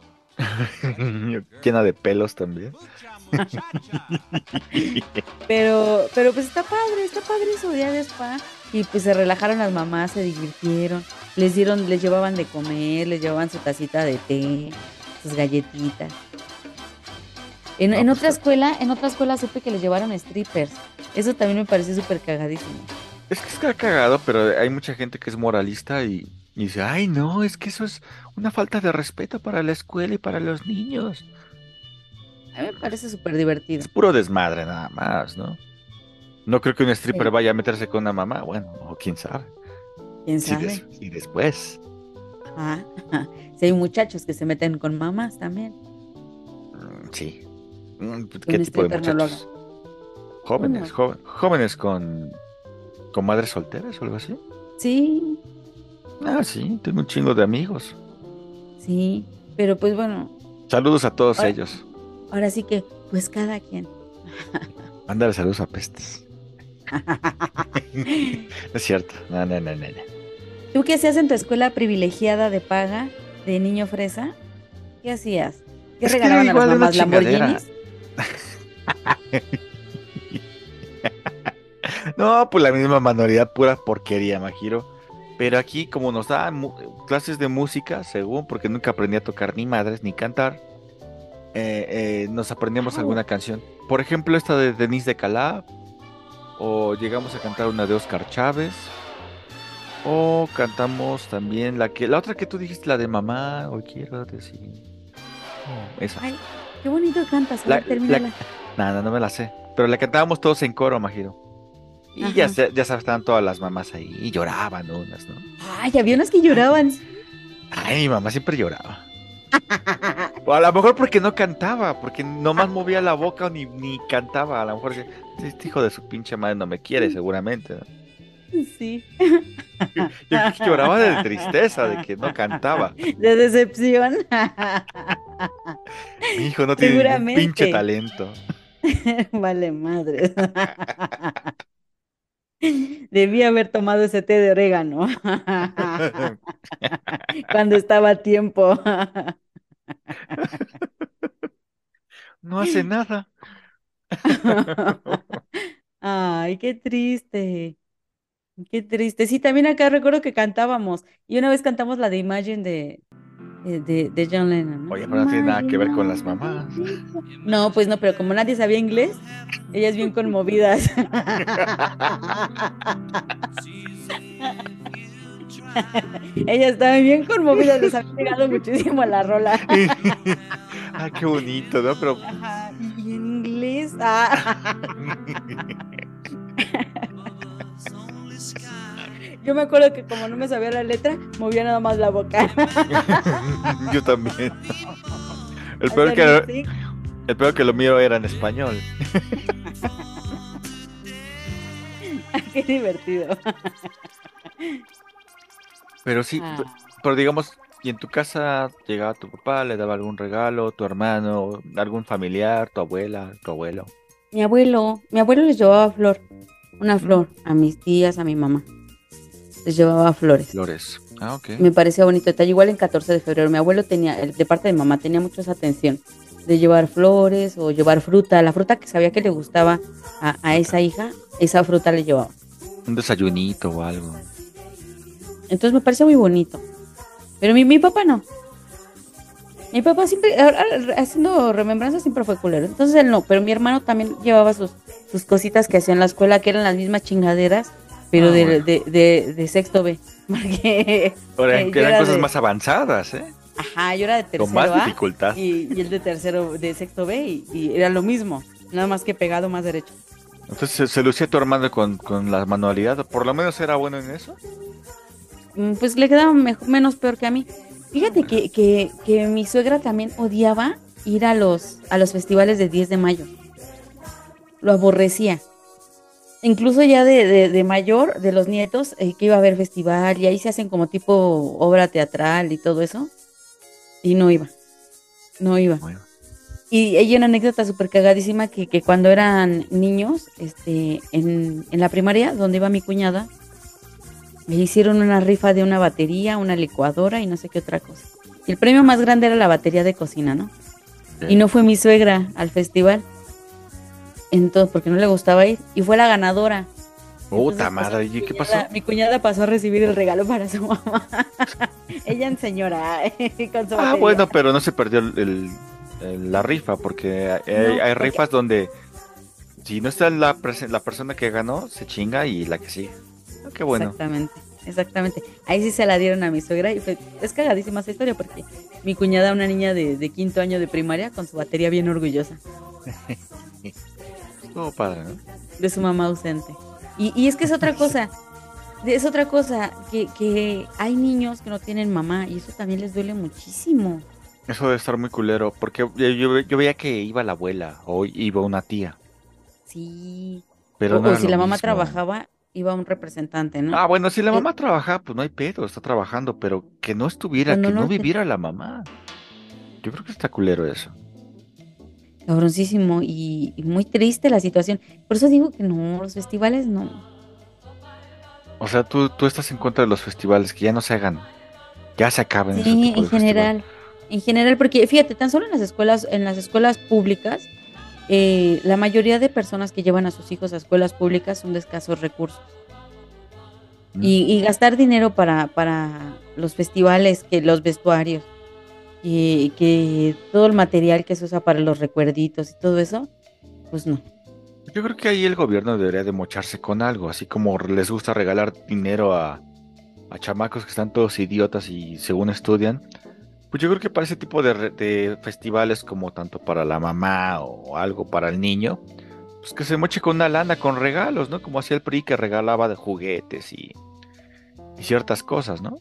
Llena de pelos también. Pero pues está padre su día de spa. Y pues se relajaron las mamás, se divirtieron, les llevaban de comer, les llevaban su tacita de té, sus galletitas. En pues, en otra escuela supe que les llevaron strippers. Eso también me pareció súper cagadísimo. Es que está cagado, pero hay mucha gente que es moralista y dice, ay, no, es que eso es una falta de respeto para la escuela y para los niños. A mí me parece súper divertido. Es puro desmadre nada más, ¿no? No creo que un stripper Sí. vaya a meterse con una mamá, bueno, o quién sabe. ¿Quién Sí, sabe? y después. Ajá. Sí, hay muchachos que se meten con mamás también. Sí. Que ¿Qué un tipo de stripper no lo muchachos? Jóvenes, jóvenes con madres solteras o algo así. Sí, Ah, sí, tengo un chingo de amigos. Sí, pero pues bueno, Saludos a todos ahora, ellos. ahora sí que, pues cada quien. Mándale saludos a Pestes. No es cierto. No, no, no, no, no. ¿Tú qué hacías en tu escuela privilegiada de paga de niño fresa? ¿Qué hacías? ¿Qué Es que era regalaban a las igual de una mamás? chingadera. ¿Lamborghinis? No, pues la misma manualidad, pura porquería, Majiro. Pero aquí, como nos daban clases de música, según, porque nunca aprendí a tocar ni madres ni cantar, nos aprendíamos Au. alguna canción. Por ejemplo, esta de Denise de Calaf, o llegamos a cantar una de Oscar Chávez, o cantamos también la otra que tú dijiste, la de mamá, hoy quiero decir. Esa. Ay, qué bonito cantas. A La, ver, la, termínala. nada, no me la sé. Pero la cantábamos todos en coro, Majiro. Y ya, Ajá. ya sabes, estaban todas las mamás ahí y lloraban unas, ¿no? Ay, había unas que lloraban. Ay, mi mamá siempre lloraba. O a lo mejor porque no cantaba, porque nomás movía la boca o ni cantaba. A lo mejor decía, este hijo de su pinche madre no me quiere, seguramente, ¿no? Sí. Yo creo que lloraba de tristeza, de que no cantaba. De decepción. Mi hijo no tiene ningún pinche Seguramente. talento. Vale, madre. Debí haber tomado ese té de orégano cuando estaba a tiempo. No hace nada. Ay, qué triste. Qué triste. Sí, también acá recuerdo que cantábamos. Y una vez cantamos la de Imagine de John Lennon, ¿no? Oye, pero no tiene nada que Imagine ver con las all the mamás. people. No, pues no, pero como nadie sabía inglés, ellas bien conmovidas. Ellas estaban bien conmovidas, les había llegado muchísimo la rola. Ay, qué bonito, ¿no? Pero Ajá, y en inglés. Ah. Yo me acuerdo que como no me sabía la letra, movía nada más la boca. yo también. El peor Hacer lip que, sync. el peor que lo mío era en español. Qué divertido. Pero sí, Ah. pero digamos, y en tu casa llegaba tu papá, le daba algún regalo, tu hermano, algún familiar, tu abuela, tu abuelo. Mi abuelo les llevaba una ¿Mm? flor a mis tías, a mi mamá. Les llevaba flores. Flores. Ah, ok. Me parecía bonito detalle. Igual en 14 de febrero, mi abuelo tenía, de parte de mi mamá, tenía mucho esa atención de llevar flores o llevar fruta. La fruta que sabía que le gustaba a esa Fruta. hija, esa fruta le llevaba. Un desayunito o algo. Entonces me parecía muy bonito. Pero mi papá no. Mi papá siempre, haciendo remembranzas, siempre fue culero. Entonces él no, pero mi hermano también llevaba sus cositas que hacía en la escuela, que eran las mismas chingaderas, pero Ah, de, bueno. de sexto B. Porque Ahora, yo eran era cosas de, más avanzadas, ¿eh? ajá, yo era de Con más tercero A dificultad. y él de sexto B y era lo mismo, nada más que pegado más derecho. Entonces, ¿se lucía tu hermano con la manualidad? ¿Por lo menos era bueno en eso? Pues le quedaba menos peor que a mí. Fíjate que mi suegra también odiaba ir a los festivales de 10 de mayo. Lo aborrecía. Incluso ya de mayor, de los nietos, que iba a haber festival y ahí se hacen como tipo obra teatral y todo eso. Y no iba, no iba. Bueno. Y hay una anécdota súper cagadísima que cuando eran niños, en la primaria, donde iba mi cuñada, me hicieron una rifa de una batería, una licuadora y no sé qué otra cosa. Y el premio más grande era la batería de cocina, ¿no? Y Ok. no fue mi suegra al festival, entonces, porque no le gustaba ir, y fue la ganadora. Puta Entonces, pues, madre, ¿y qué pasó? mi cuñada pasó a recibir el regalo para su mamá. Ella en señora, con su Ah, batería. bueno, pero no se perdió la rifa, porque hay, No, hay porque rifas donde si no está la persona que ganó, se chinga y la que sigue. Ah, qué bueno. exactamente, exactamente. Ahí sí se la dieron a mi suegra y es cagadísima esa historia porque mi cuñada, una niña de quinto año de primaria, con su batería bien orgullosa Todo padre, ¿no? de su mamá ausente. Y es que es otra cosa, que hay niños que no tienen mamá y eso también les duele muchísimo. Eso debe estar muy culero, porque yo veía que iba la abuela o iba una tía, Sí. pero O, no o era si lo la mamá mismo. trabajaba, iba un representante, ¿no? Ah, bueno, si la Eh, mamá trabaja, pues no hay pedo, está trabajando, pero que no estuviera, Cuando que no no, viviera la mamá. Yo creo que está culero eso. cabroncísimo y muy triste la situación. Por eso digo que no, los festivales no. O sea, tú estás en contra de los festivales, que ya no se hagan, ya se acaben ese Sí, tipo de festival. en general, porque fíjate, tan solo en las escuelas públicas, la mayoría de personas que llevan a sus hijos a escuelas públicas son de escasos recursos. ¿Mm? Y gastar dinero para los festivales, que los vestuarios, que todo el material que se usa para los recuerditos y todo eso, pues no. Yo creo que ahí el gobierno debería de mocharse con algo, así como les gusta regalar dinero a chamacos que están todos idiotas y según estudian. Pues yo creo que para ese tipo de festivales, como tanto para la mamá o algo para el niño, pues que se moche con una lana, con regalos, ¿no? Como hacía el PRI que regalaba de juguetes y ciertas cosas, ¿no?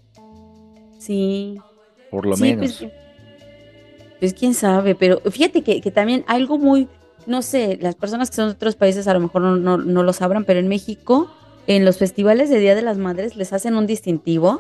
Sí, Por lo sí, menos. pues quién sabe, pero fíjate que también algo muy, no sé, las personas que son de otros países a lo mejor no lo sabrán, pero en México, en los festivales de Día de las Madres les hacen un distintivo,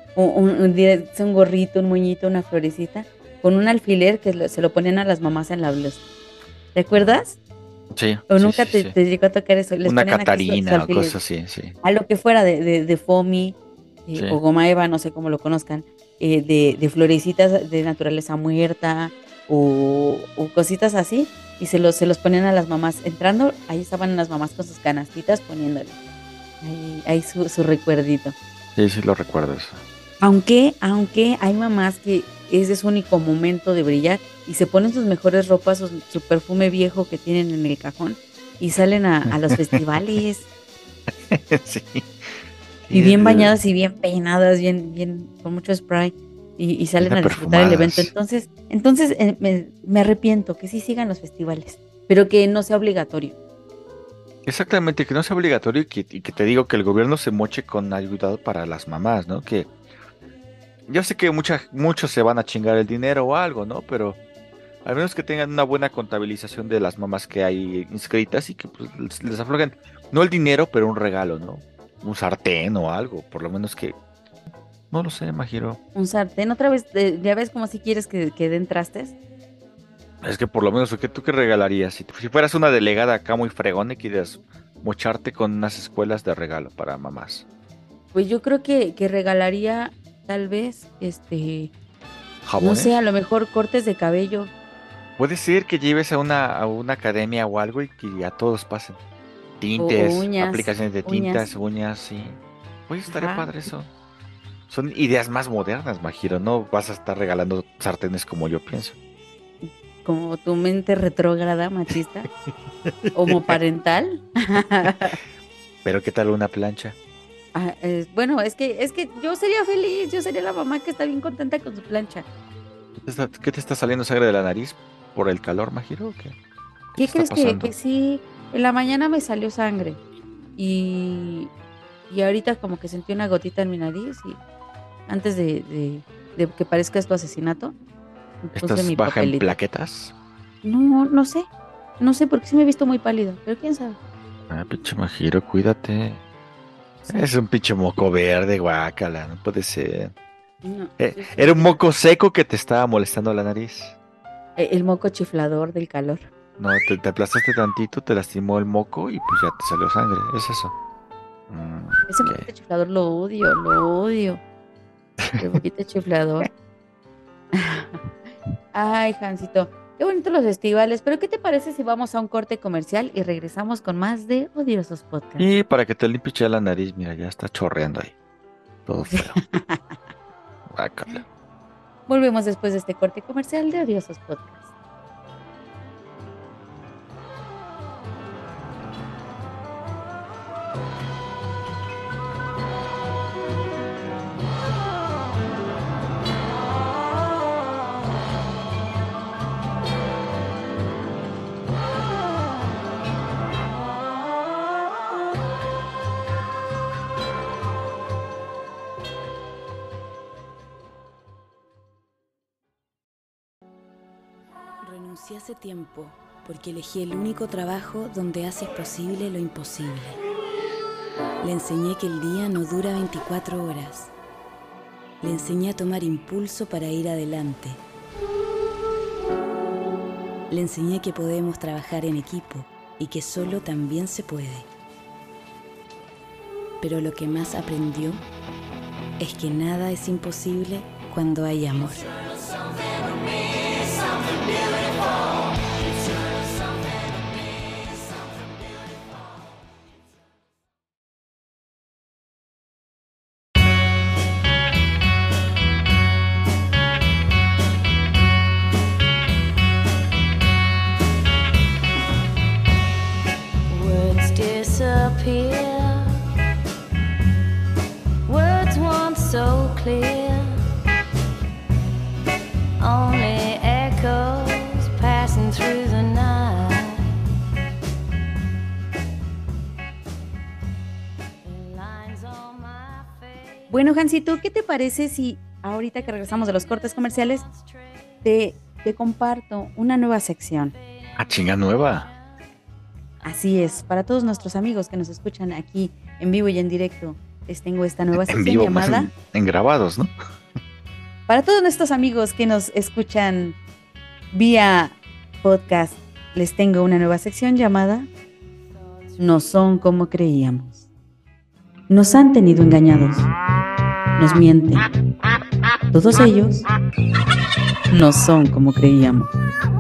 un gorrito, un moñito, una florecita, con un alfiler que se lo ponen a las mamás en la blusa. ¿Te acuerdas? Sí, ¿O sí, nunca sí, sí. te llegó a tocar eso? Les Una ponían aquí su Catarina o alfiler, cosas así, sí. a lo que fuera de foamy Sí. o goma eva, no sé cómo lo conozcan, de florecitas de naturaleza muerta o cositas así, y se los ponían a las mamás. Entrando, ahí estaban las mamás con sus canastitas poniéndole ahí su recuerdito. Sí, sí lo recuerdo eso. Aunque hay mamás que ese es su único momento de brillar y se ponen sus mejores ropas, su perfume viejo que tienen en el cajón y salen a los festivales Sí. y Sí, bien bañadas y bien peinadas, con mucho spray y bien salen a disfrutar el evento. perfumadas. Entonces me arrepiento que sí sigan los festivales, pero que no sea obligatorio. Exactamente, que no sea obligatorio y que te digo que el gobierno se moche con ayuda para las mamás, ¿no? Que yo sé que muchos se van a chingar el dinero o algo, ¿no? Pero al menos que tengan una buena contabilización de las mamás que hay inscritas y que pues, les aflojen, no el dinero, pero un regalo, ¿no? Un sartén o algo, por lo menos que, no lo sé, Majiro. Un sartén, otra vez, ya ves como si quieres que den trastes. Es que por lo menos, ¿qué tú qué regalarías? Si fueras una delegada acá muy fregona y quieres mocharte con unas escuelas de regalo para mamás. Pues yo creo que regalaría tal vez, no sé, a ¿Jabones? lo mejor cortes de cabello Puede ser que lleves a una academia o algo y que a todos pasen. o Tintes, aplicaciones de uñas, tintas, uñas, sí. Oye, estaría ajá, padre eso. Son ideas más modernas, Majiro. No vas a estar regalando sartenes como yo pienso. como tu mente retrógrada, machista, homoparental. Pero ¿qué tal una plancha? Bueno, es que yo sería feliz, yo sería la mamá que está bien contenta con su plancha. ¿Qué te está saliendo sangre de la nariz por el calor, Majiro? ¿O qué? ¿Qué te ¿Qué está crees que pasando? sí? En la mañana me salió sangre y, y ahorita como que sentí una gotita en mi nariz y antes de que parezca esto asesinato, me puse ¿Estás mi baja en papelito. plaquetas? No sé, no sé porque sí me he visto muy pálida, pero quién sabe. Ah, pinche Majiro, cuídate. Sí, Es un pinche moco verde, guácala, no puede ser. no, sí, Era sí, un ya. moco seco que te estaba molestando la nariz. El moco chiflador del calor. No, te aplastaste tantito, te lastimó el moco y pues ya te salió sangre. Es eso. Ese Ok. moquito chiflador lo odio, lo odio. El moquito chiflador. Ay, Jancito, qué bonito los festivales, pero ¿qué te parece si vamos a un corte comercial y regresamos con más de Odiosos Podcast? Y para que te limpies ya la nariz, mira, ya está chorreando ahí. Todo feo. Guácala. Volvemos después de este corte comercial de Odiosos Podcast. Renuncié hace tiempo porque elegí el único trabajo donde haces posible lo imposible. Le enseñé que el día no dura 24 horas. Le enseñé a tomar impulso para ir adelante. Le enseñé que podemos trabajar en equipo y que solo también se puede. Pero lo que más aprendió es que nada es imposible cuando hay amor. Words disappear, words once so clear, only echoes passing through the night. The lines on my face. Bueno, Hansito, ¿qué te parece si ahorita que regresamos de los cortes comerciales te comparto una nueva sección? Ah, chinga nueva. Así es, para todos nuestros amigos que nos escuchan aquí en vivo y en directo, les tengo esta nueva En sección vivo, más llamada... en grabados, ¿no? Para todos nuestros amigos que nos escuchan vía podcast, les tengo una nueva sección llamada No son como creíamos. Nos han tenido engañados. Nos mienten. Todos ellos no son como creíamos.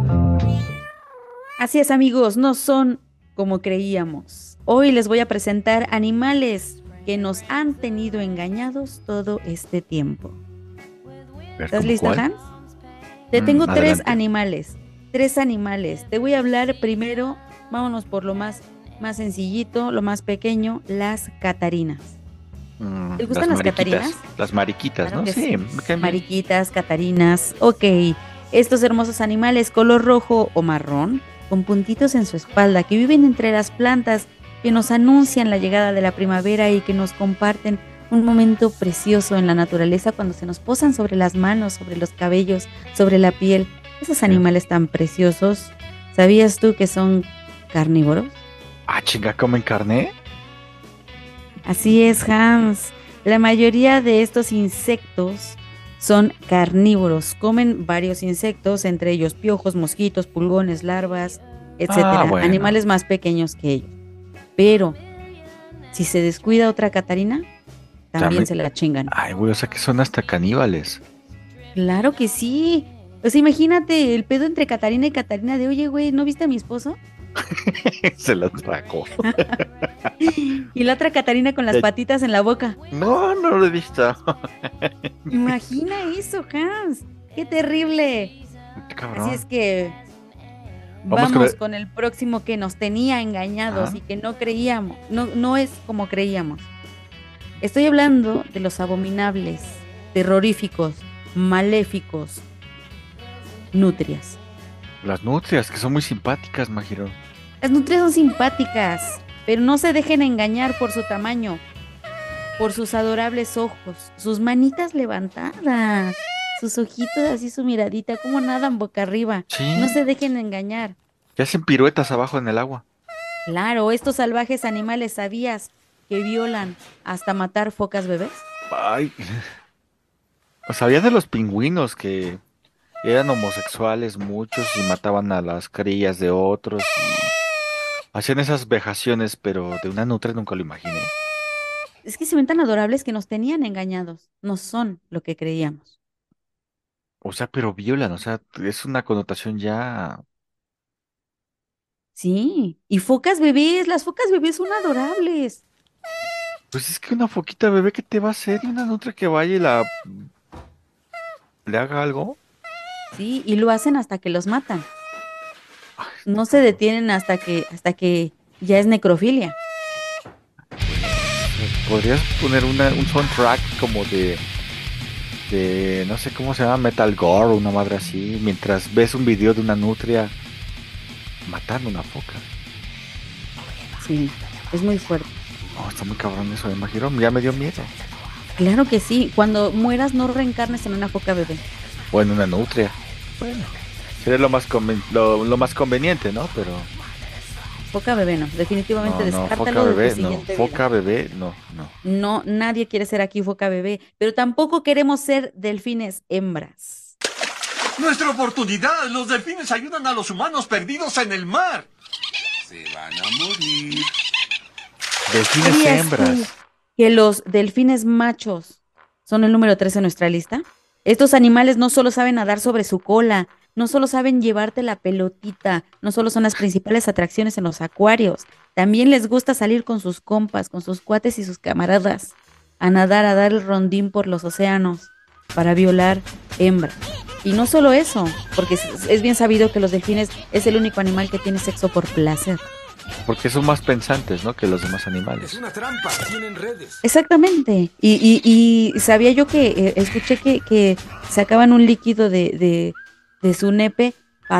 Así es, amigos, no son como creíamos. Hoy les voy a presentar animales que nos han tenido engañados todo este tiempo. ¿Estás lista, ¿Cuál? Hans? Te tengo Adelante. tres animales. Te voy a hablar primero, vámonos por lo más sencillito, lo más pequeño, las catarinas. ¿Te gustan las catarinas? Las mariquitas, Claro ¿no? que Sí, sí. me caen bien. Mariquitas, catarinas, ok. Estos hermosos animales color rojo o marrón, con puntitos en su espalda, que viven entre las plantas, que nos anuncian la llegada de la primavera y que nos comparten un momento precioso en la naturaleza cuando se nos posan sobre las manos, sobre los cabellos, sobre la piel. Esos animales tan preciosos, ¿sabías tú que son carnívoros? Ah, chinga, ¿comen carne? Así es, Hans. La mayoría de estos insectos son carnívoros. Comen varios insectos, entre ellos piojos, mosquitos, pulgones, larvas, etcétera. Bueno. Animales más pequeños que ellos. Pero si se descuida otra catarina, también También. se la chingan. Ay, güey, o sea que son hasta caníbales. Claro que sí. O sea, imagínate el pedo entre Catarina y Catarina de, oye, güey, ¿no viste a mi esposo? Se las trajo. Y la otra Catarina con las De- patitas en la boca. No, no lo he visto. Imagina eso, Hans. ¡Qué terrible! Qué cabrón. Así es que Vamos vamos con con el próximo que nos tenía engañados Ajá. y que no creíamos, no es como creíamos. Estoy hablando de los abominables, terroríficos, maléficos, nutrias. Las nutrias, que son muy simpáticas, Majiro. Las nutrias son simpáticas, pero no se dejen engañar por su tamaño, por sus adorables ojos, sus manitas levantadas, sus ojitos así, su miradita, como nadan boca arriba. Sí. No se dejen engañar. Que hacen piruetas abajo en el agua. Claro, estos salvajes animales, ¿sabías que violan hasta matar focas bebés? Ay. O sabías de los pingüinos que eran homosexuales muchos y mataban a las crías de otros y hacían esas vejaciones, pero de una nutria nunca lo imaginé. Es que se ven tan adorables que nos tenían engañados. No son lo que creíamos. O sea, pero violan, o sea, es una connotación ya. Sí, y focas bebés, las focas bebés son adorables. Pues es que una foquita bebé, ¿qué te va a hacer? Y una nutria que vaya y le haga algo. Sí, y lo hacen hasta que los matan. No se detienen hasta que ya es necrofilia. Podrías poner un soundtrack como de no sé cómo se llama, Metal Gore o una madre así, mientras ves un video de una nutria matando una foca. Sí, es muy fuerte. Oh, está muy cabrón eso, me imagino, ya me dio miedo. Claro que sí, cuando mueras no reencarnes en una foca bebé. O en una nutria. Bueno, sería lo más conveniente, ¿no? Pero foca bebé no, definitivamente No, foca descártalo de tu bebé, no, siguiente vida. foca bebé, no, no. No, nadie quiere ser aquí foca bebé, pero tampoco queremos ser delfines hembras. ¡Nuestra oportunidad! Los delfines ayudan a los humanos perdidos en el mar. Se van a morir. Delfines ¿Sabías hembras. tú que los delfines machos son el número 3 en nuestra lista? Estos animales no solo saben nadar sobre su cola, no solo saben llevarte la pelotita, no solo son las principales atracciones en los acuarios, también les gusta salir con sus compas, con sus cuates y sus camaradas, a nadar, a dar el rondín por los océanos, para violar hembras. Y no solo eso, porque es bien sabido que los delfines es el único animal que tiene sexo por placer. Porque son más pensantes, ¿no? Que los demás animales. Es una trampa, tienen redes. Exactamente. Y sabía yo que escuché que sacaban un líquido de su nepe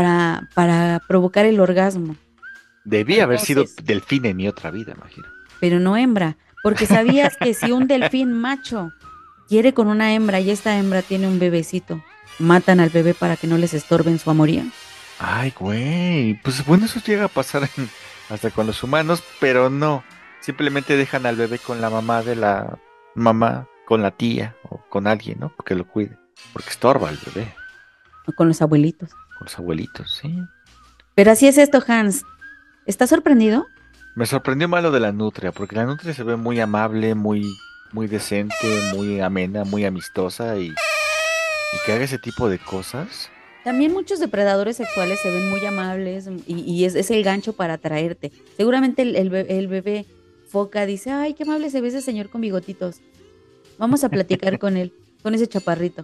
para provocar el orgasmo, Debía haber sido Entonces- delfín en mi otra vida, imagino. pero no hembra. Porque sabías que si un delfín macho quiere con una hembra y esta hembra tiene un bebecito, matan al bebé para que no les estorben su amorío. Ay, güey. Pues bueno, eso llega a pasar hasta con los humanos, pero no. Simplemente dejan al bebé con la mamá de la mamá, con la tía o con alguien, ¿no? Porque lo cuide. Porque estorba al bebé. O con los abuelitos. Con los abuelitos, sí. Pero así es esto, Hans. ¿Estás sorprendido? Me sorprendió más lo de la nutria, porque la nutria se ve muy amable, muy decente, muy amena, muy amistosa y que haga ese tipo de cosas. También muchos depredadores sexuales se ven muy amables y es el gancho para atraerte. Seguramente el bebé foca dice, ay, qué amable se ve ese señor con bigotitos. Vamos a platicar con él, con ese chaparrito.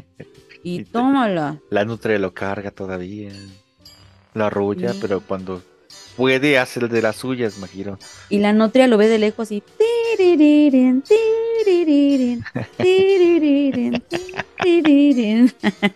Y tómala. La nutria lo carga todavía, lo arrulla, Sí. pero cuando puede hace el de las suyas, Majiro. Y la nutria lo ve de lejos y... "Tiriririn, tiriririn, tiriririn, tiriririn".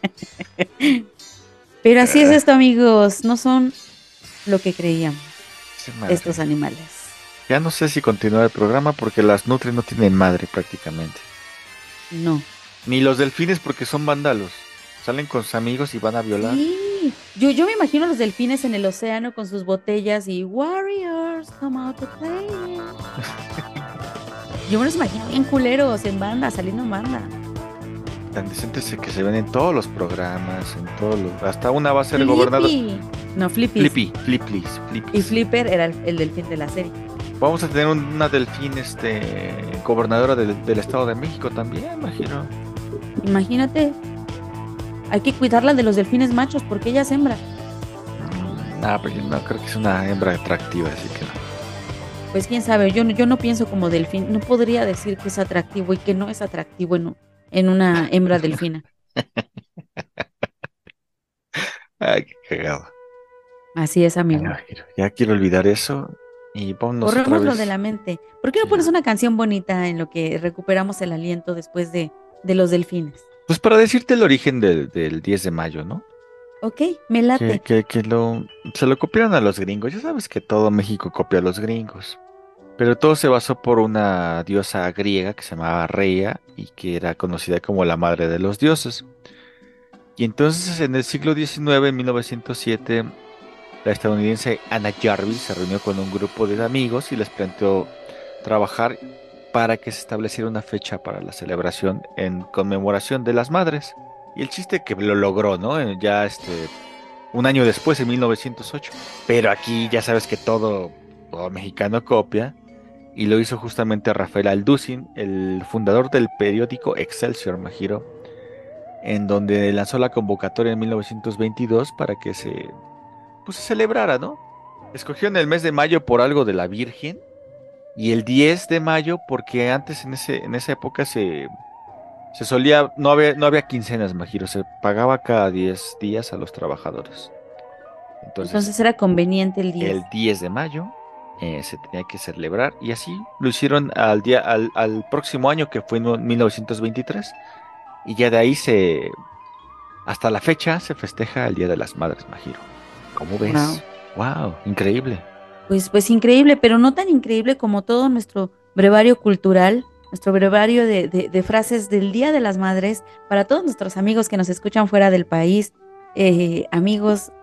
Pero así es esto, amigos. No son lo que creíamos Sí, madre. estos animales. Ya no sé si continuar el programa porque las nutrias no tienen madre prácticamente. No. Ni los delfines porque son vándalos. Salen con sus amigos y van a violar. Sí. Yo me imagino a los delfines en el océano con sus botellas y Warriors, come out to play. Yo me los imagino bien culeros en banda, saliendo en banda. Tan decentes que se ven en todos los programas, en todos los... Hasta una va a ser gobernador. Flippy. No, Flippy. Flippy. Y Flipper era el delfín de la serie. Vamos a tener una delfín, gobernadora del Estado de México también, imagino. Imagínate. Hay que cuidarla de los delfines machos porque ella es hembra. Pero yo no creo que es una hembra atractiva, así que no. Pues quién sabe, yo no pienso como delfín. No podría decir que es atractivo y que no es atractivo en una hembra delfina. Ay, qué cagado. Así es, amigo. Ya quiero olvidar eso y vámonos otra Borrémoslo vez. de la mente. ¿Por qué no pones una canción bonita en lo que recuperamos el aliento después de los delfines? Pues para decirte el origen del 10 de mayo, ¿no? Ok, me late. Que se lo copiaron a los gringos. Ya sabes que todo México copia a los gringos. Pero todo se basó por una diosa griega que se llamaba Rhea y que era conocida como la madre de los dioses. Y entonces en el siglo XIX, en 1907, la estadounidense Anna Jarvis se reunió con un grupo de amigos y les planteó trabajar para que se estableciera una fecha para la celebración en conmemoración de las madres. Y el chiste que lo logró, ¿no? Ya un año después, en 1908. Pero aquí ya sabes que todo mexicano copia. Y lo hizo justamente Rafael Alducin, el fundador del periódico Excelsior, Majiro, en donde lanzó la convocatoria en 1922 para que se celebrara, ¿no? Escogieron el mes de mayo por algo de la Virgen y el 10 de mayo porque antes en esa época se solía, no había quincenas, Majiro, se pagaba cada 10 días a los trabajadores. Entonces era conveniente el 10. El 10 de mayo se tenía que celebrar y así lo hicieron al próximo año, que fue en 1923, y ya de ahí hasta la fecha se festeja el Día de las Madres, Majiro. ¿Cómo ves? Wow, increíble. Pues increíble, pero no tan increíble como todo nuestro brevario cultural, nuestro brevario de frases del Día de las Madres para todos nuestros amigos que nos escuchan fuera del país. Amigos,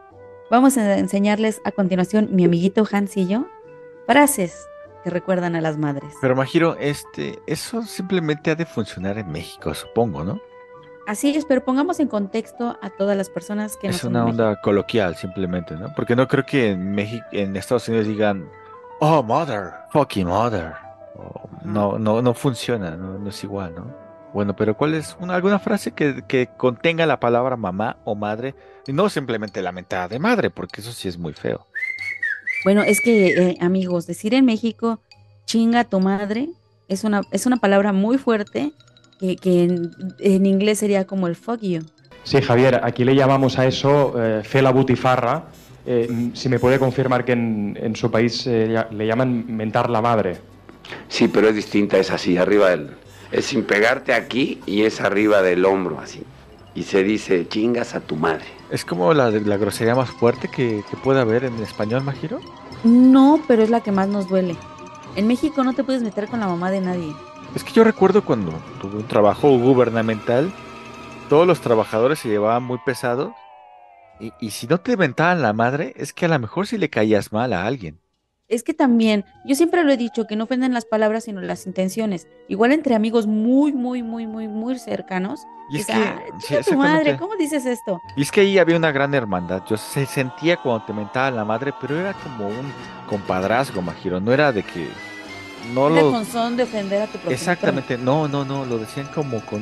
Vamos a enseñarles a continuación, mi amiguito Hans y yo, frases que recuerdan a las madres. Pero Majiro, eso simplemente ha de funcionar en México, supongo, ¿no? Así es, pero pongamos en contexto a todas las personas que no Es son de una México. onda coloquial, simplemente, ¿no? Porque no creo que en México, en Estados Unidos digan, oh, mother, fucking mother. No, no, no funciona, no, no es igual, ¿no? Bueno, pero ¿cuál es alguna frase que contenga la palabra mamá o madre? Y no simplemente la mentada de madre, porque eso sí es muy feo. Bueno, es que, amigos, decir en México, chinga tu madre, es una palabra muy fuerte que en inglés sería como el fuck you. Sí, Javier, aquí le llamamos a eso fe la butifarra. Si me puede confirmar que en su país le llaman mentar la madre. Sí, pero es distinta, es así, es sin pegarte aquí y es arriba del hombro, así. Y se dice, chingas a tu madre. ¿Es como la grosería más fuerte que puede haber en español, Majiro? No, pero es la que más nos duele. En México no te puedes meter con la mamá de nadie. Es que yo recuerdo cuando tuve un trabajo gubernamental, todos los trabajadores se llevaban muy pesados y si no te mentaban la madre, es que a lo mejor sí le caías mal a alguien. Es que también, yo siempre lo he dicho, que no ofenden las palabras, sino las intenciones. Igual entre amigos muy, muy, muy, muy, muy cercanos. Y es dices, que, "Ah, sí, chinga tu madre, exactamente. ¿cómo dices esto?" Y es que ahí había una gran hermandad. Yo se sentía cuando te mentaban la madre, pero era como un compadrazgo, Majiro. No era de que no Era lo. con son de ofender a tu progenitor. Exactamente, no, no, no, lo decían como con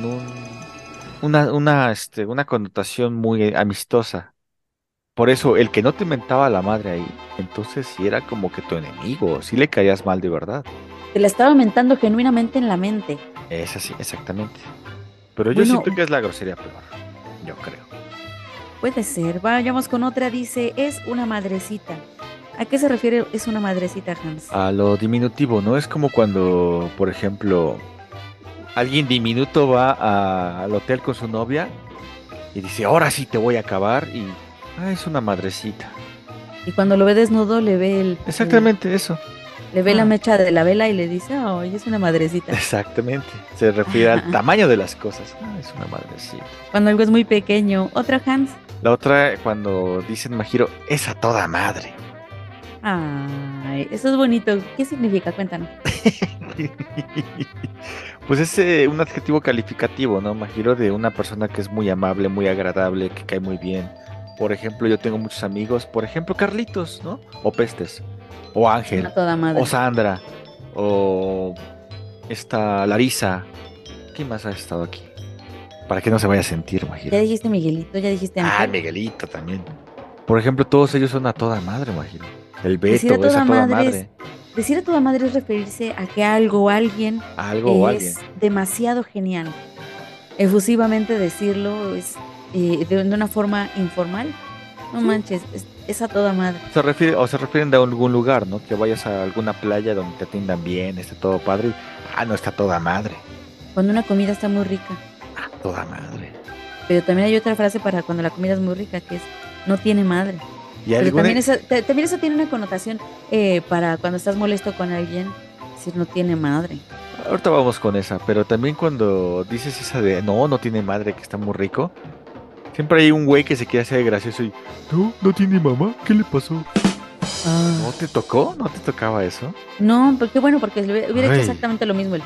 una connotación muy amistosa. Por eso, el que no te mentaba la madre ahí, entonces sí era como que tu enemigo, sí le caías mal de verdad. Te la estaba mentando genuinamente en la mente. Es así, exactamente. Pero yo Bueno, siento que es la grosería peor, yo creo. puede ser. Vayamos con otra. Dice, es una madrecita. ¿A qué se refiere es una madrecita, Hans? A lo diminutivo, ¿no? Es como cuando, por ejemplo, alguien diminuto va al hotel con su novia y dice, ahora sí te voy a acabar y... Ah, es una madrecita. Y cuando lo ve desnudo, le ve Exactamente eso. le ve la mecha de la vela y le dice, ay, es una madrecita. Exactamente. Se refiere al tamaño de las cosas. Ah, es una madrecita. Cuando algo es muy pequeño. ¿Otra, Hans? La otra, cuando dicen Majiro, es a toda madre. Ay, eso es bonito. ¿Qué significa? Cuéntanos. Pues es un adjetivo calificativo, ¿no, Majiro? De una persona que es muy amable, muy agradable, que cae muy bien. Por ejemplo, yo tengo muchos amigos, por ejemplo, Carlitos, ¿no? O Pestes, o Ángel, A toda madre. o Sandra, o esta Larisa. ¿Quién más ha estado aquí? Para que no se vaya a sentir, Majiro. Ya dijiste Miguelito, ya dijiste Ah, Ángel. Miguelito también. Por ejemplo, todos ellos son a toda madre, Majiro. El Decir a Beto es toda a toda madre madre. Decir a toda madre es referirse a que algo o alguien Algo o alguien. es demasiado genial. Efusivamente decirlo es de una forma informal. No manches, es a toda madre. Se refieren de algún lugar, ¿no? Que vayas a alguna playa donde te atiendan bien, esté todo padre. Ah, no, está toda madre. Cuando una comida está muy rica. Ah, toda madre. Pero también hay otra frase para cuando la comida es muy rica, que es no tiene madre. Y Pero alguna- también eso tiene una connotación para cuando estás molesto con alguien, decir no tiene madre. Ahorita vamos con esa, pero también cuando dices esa de no, no tiene madre, que está muy rico, siempre hay un güey que se quiere hacer gracioso y no, no tiene mamá, ¿qué le pasó? ¿No te tocó? ¿No te tocaba eso? No, porque bueno, porque hubiera hecho Ay. exactamente lo mismo.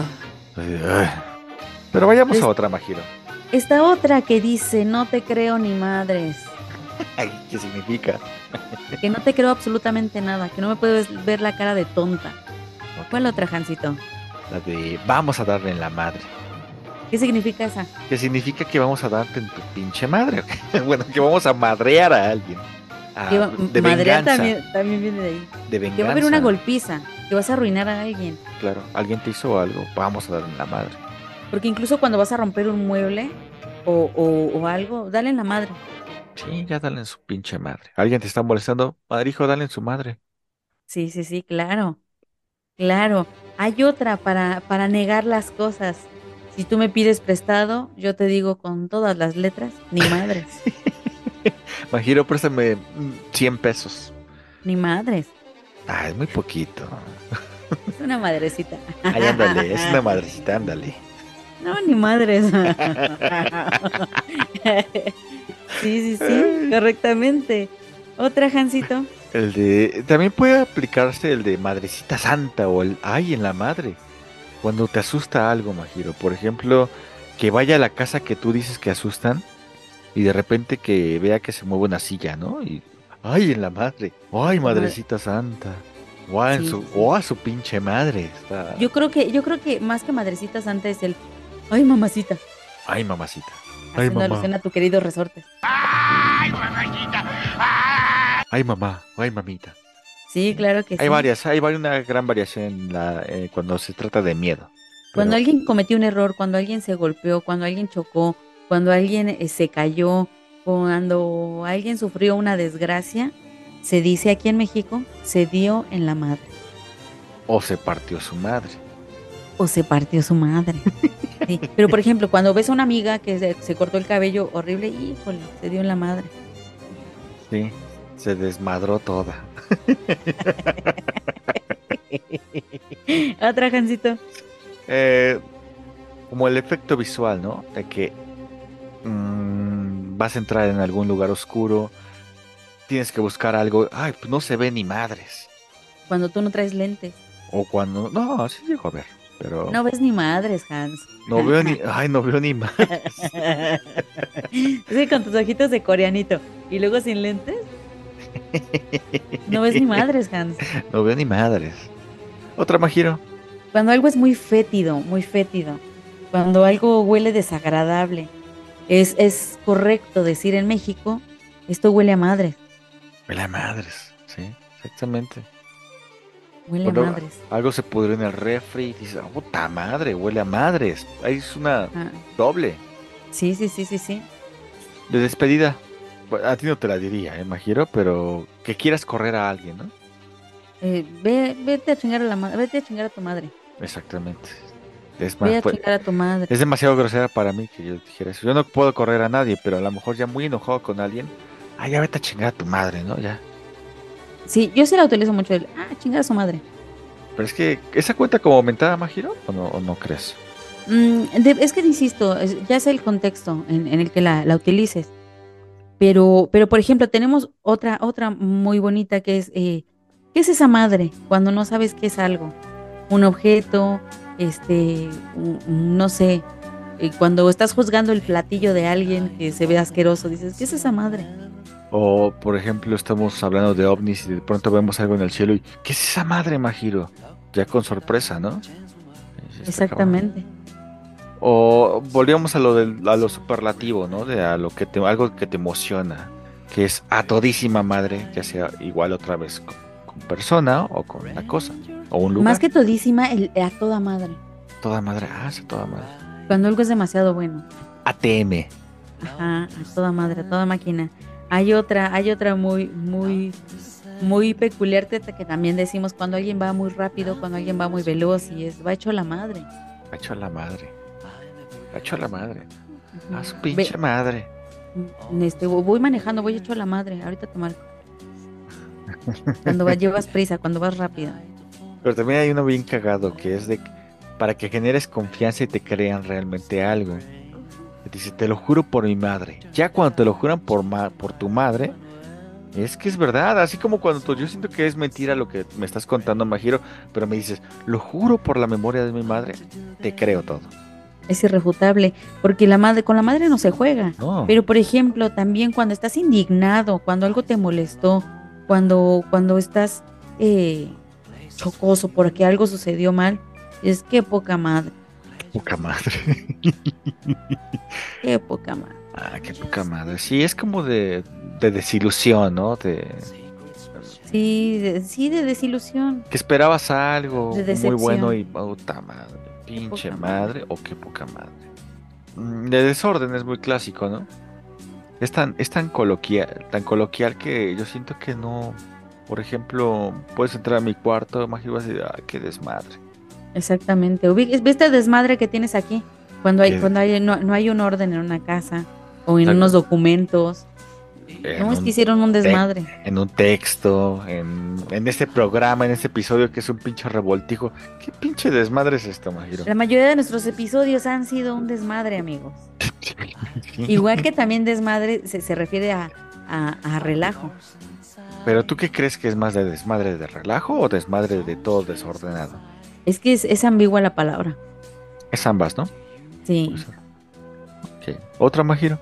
Ay. Pero vayamos a otra, Majiro. Esta otra que dice, no te creo ni madres, Ay, ¿qué significa? que no te creo absolutamente nada, que no me puedes ver la cara de tonta. ¿Cuál otra, Jancito? La de vamos a darle en la madre. ¿Qué significa esa? Que significa que vamos a darte en tu pinche madre. Bueno, que vamos a madrear a alguien. Que De madrear venganza. también viene de ahí. De venganza. Que va a haber una golpiza, que vas a arruinar a alguien. Claro, alguien te hizo algo, vamos a darle en la madre. Porque incluso cuando vas a romper un mueble o algo, dale en la madre. Sí, ya dale en su pinche madre. Alguien te está molestando, madrijo, dale en su madre. Sí, sí, sí, claro. Claro. Hay otra para negar las cosas. Si tú me pides prestado, yo te digo con todas las letras, ni madres, Majiro, préstame 100 pesos. ni madres. Ah, es muy poquito. Es una madrecita. Ay, ándale, es una madrecita, ándale. No, ni madres. Sí, sí, sí, correctamente. Otra, Jancito. El de... También puede aplicarse el de madrecita santa o el ay en la madre. Cuando te asusta algo, Majiro. Por ejemplo, que vaya a la casa que tú dices que asustan y de repente que vea que se mueve una silla, ¿no? Y ay en la madre. Ay, madrecita santa. O a, Sí. a su pinche madre. Está... Yo creo que más que madrecita santa es el ay, mamacita. Ay, mamacita. Ay, Haciendo mamá. alusión a tu querido Resortes. Ay, mamá. Ay, mamita. Sí, claro que sí. Hay una gran variación en cuando se trata de miedo. Cuando Pero- alguien cometió un error, cuando alguien se golpeó, cuando alguien chocó, cuando alguien se cayó, cuando alguien sufrió una desgracia, se dice aquí en México, se dio en la madre O se partió su madre. o se partió su madre. Sí, pero por ejemplo, cuando ves a una amiga que se cortó el cabello horrible, híjole, se dio en la madre. Sí, se desmadró toda. Otra, Jancito. Como el efecto visual, ¿no? De que vas a entrar en algún lugar oscuro, tienes que buscar algo, ay, pues no se ve ni madres. Cuando tú no traes lentes. O cuando, no, sí llego a ver, pero No ves ni madres, Hans. no veo ni, ay, no veo ni madres. Es que con tus ojitos de coreanito y luego sin lentes, no ves ni madres, Hans. No veo ni madres. Otra, Majiro. Cuando algo es muy fétido, muy fétido. Cuando algo huele desagradable. Es correcto decir en México, esto huele a madres. Huele a madres, sí, exactamente. Huele a Cuando madres. algo se pudrió en el refri y dices, oh, puta madre, huele a madres. Ahí es una Ah, doble. sí, sí, sí, sí, sí. De despedida. Pues, a ti no te la diría, Majiro, pero que quieras correr a alguien, ¿no? Vete a chingar a vete a chingar a tu madre. Exactamente. Es más, Ve a chingar a tu madre. es demasiado grosera para mí que yo dijera eso. Yo no puedo correr a nadie, pero a lo mejor ya muy enojado con alguien. Ah, ya vete a chingar a tu madre, ¿no? Ya. Sí, yo sí la utilizo mucho. Chingar a su madre. Pero es que, ¿esa cuenta como mentada, Majiro? O no crees? Es que insisto, ya sé el contexto en el que la utilices. Pero, por ejemplo, tenemos otra muy bonita que es, ¿qué es esa madre? Cuando no sabes qué es algo. Un objeto, no sé, cuando estás juzgando el platillo de alguien que se ve asqueroso, dices, ¿qué es esa madre? O, por ejemplo, estamos hablando de ovnis y de pronto vemos algo en el cielo y ¿qué es esa madre, Majiro? Ya con sorpresa, ¿no? Sí, está Exactamente. cabrón. O volvíamos a lo superlativo, ¿no? De a lo que algo que te emociona, que es a todísima madre, ya sea igual otra vez con persona o con una cosa o un lugar. Más que todísima, a toda madre. Toda madre, sí, toda madre. Cuando algo es demasiado bueno. ATM. Ajá, a toda madre, a toda máquina. Hay otra muy, muy, muy peculiar que también decimos cuando alguien va muy rápido, cuando alguien va muy veloz y va hecho la madre. Va hecho a la madre. Va hecho a la madre. A su Ve- pinche madre. Voy manejando, voy hecho a la madre. Ahorita te marco. Cuando llevas prisa, cuando vas rápido. Pero también hay uno bien cagado que es de para que generes confianza y te crean realmente algo. Dice, te lo juro por mi madre. Ya cuando te lo juran por tu madre, es que es verdad. Así como cuando yo siento que es mentira lo que me estás contando, Majiro, pero me dices, lo juro por la memoria de mi madre, te creo todo. Es irrefutable, porque con la madre no se juega. No. Pero por ejemplo, también cuando estás indignado, cuando algo te molestó, cuando estás chocoso porque algo sucedió mal, es que poca madre, Poca madre. qué poca madre. Qué poca madre. Sí, es como de desilusión, ¿no? Sí, de desilusión. Que esperabas algo De muy decepción. bueno y puta madre, pinche poca madre o qué poca madre. De desorden es muy clásico, ¿no? Es tan coloquial que yo siento que no. Por ejemplo, puedes entrar a mi cuarto, imagino vas a decir, qué desmadre. Exactamente. ¿Viste el desmadre que tienes aquí? Cuando no hay un orden en una casa o en Exacto. unos documentos. En No, es un que hicieron un desmadre. En un texto, en este programa, en este episodio que es un pinche revoltijo. ¿Qué pinche desmadre es esto, Majiro? La mayoría de nuestros episodios han sido un desmadre, amigos. Igual que también desmadre se refiere a relajo. Pero ¿tú qué crees que es más de desmadre de relajo o desmadre de todo desordenado? Es que es ambigua la palabra. Es ambas, ¿no? Sí. Puede ser. Ok. ¿Otra, Majiro?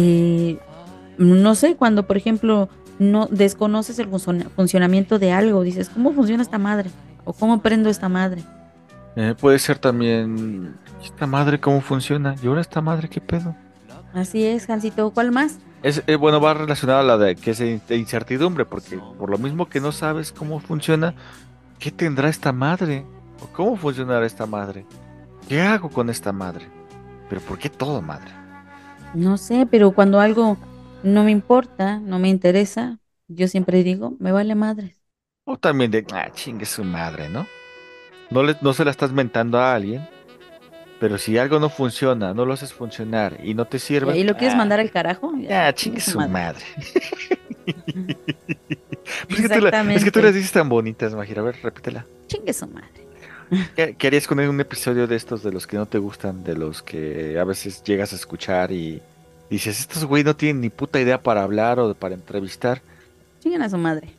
No sé, cuando por ejemplo no desconoces el funcionamiento de algo, dices, ¿cómo funciona esta madre? ¿O cómo prendo esta madre? Puede ser también, ¿esta madre cómo funciona? ¿Y ahora esta madre qué pedo? Así es, Hansito. ¿Cuál más? Bueno, va relacionado a la de que es de incertidumbre, porque por lo mismo que no sabes cómo funciona, ¿qué tendrá esta madre? ¿O cómo funcionará esta madre? ¿Qué hago con esta madre? ¿Pero por qué todo, madre? No sé, pero cuando algo no me importa, no me interesa, yo siempre digo, me vale madres. O también de, chingue su madre, ¿no? No se la estás mentando a alguien, pero si algo no funciona, no lo haces funcionar y no te ¿Y sirve, ahí lo quieres mandar al carajo? chingue su madre. Es que tú las dices tan bonitas, Majira. A ver, repítela. Chingue su madre. ¿Qué harías con un episodio de estos de los que no te gustan, de los que a veces llegas a escuchar y dices, estos güey no tienen ni puta idea para hablar o para entrevistar? Chinguen a su madre.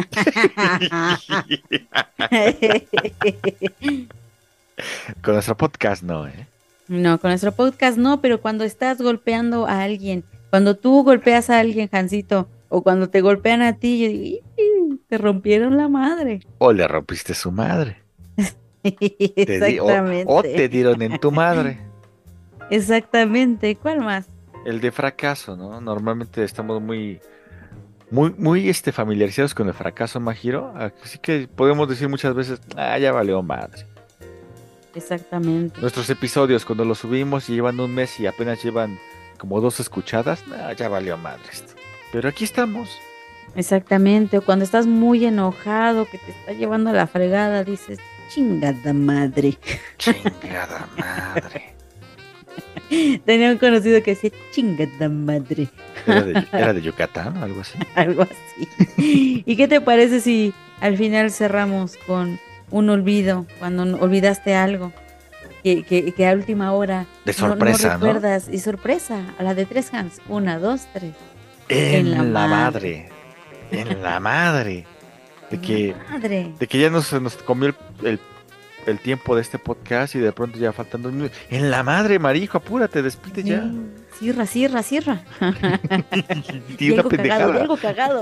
Con nuestro podcast no, ¿eh? No, con nuestro podcast no, pero cuando estás golpeando a alguien, cuando tú golpeas a alguien, Jancito, o cuando te golpean a ti, yo digo, "Ih, te rompieron la madre". O le rompiste su madre. Exactamente. O te dieron en tu madre. Exactamente. ¿Cuál más? El de fracaso, ¿no? Normalmente estamos muy familiarizados con el fracaso, Majiro. Así que podemos decir muchas veces, ya valió madre. Exactamente. Nuestros episodios, cuando los subimos y llevan un mes y apenas llevan como 2 escuchadas, ya valió madre esto. Pero aquí estamos. Exactamente. O cuando estás muy enojado, que te está llevando a la fregada, dices, chingada madre. Chingada madre. Tenía un conocido que decía, chingada madre. ¿Era de Yucatán o algo así? Algo así. ¿Y qué te parece si al final cerramos con un olvido, cuando olvidaste algo, que a última hora de sorpresa, no recuerdas, y sorpresa, a la de 3 Hans, 1, 2, 3. En la madre. En la madre. De que ya nos comió el tiempo de este podcast y de pronto ya faltan 2 minutos. En la madre, marijo, apúrate, despide ya. Cierra. Tiene una pendejada. Algo cagado.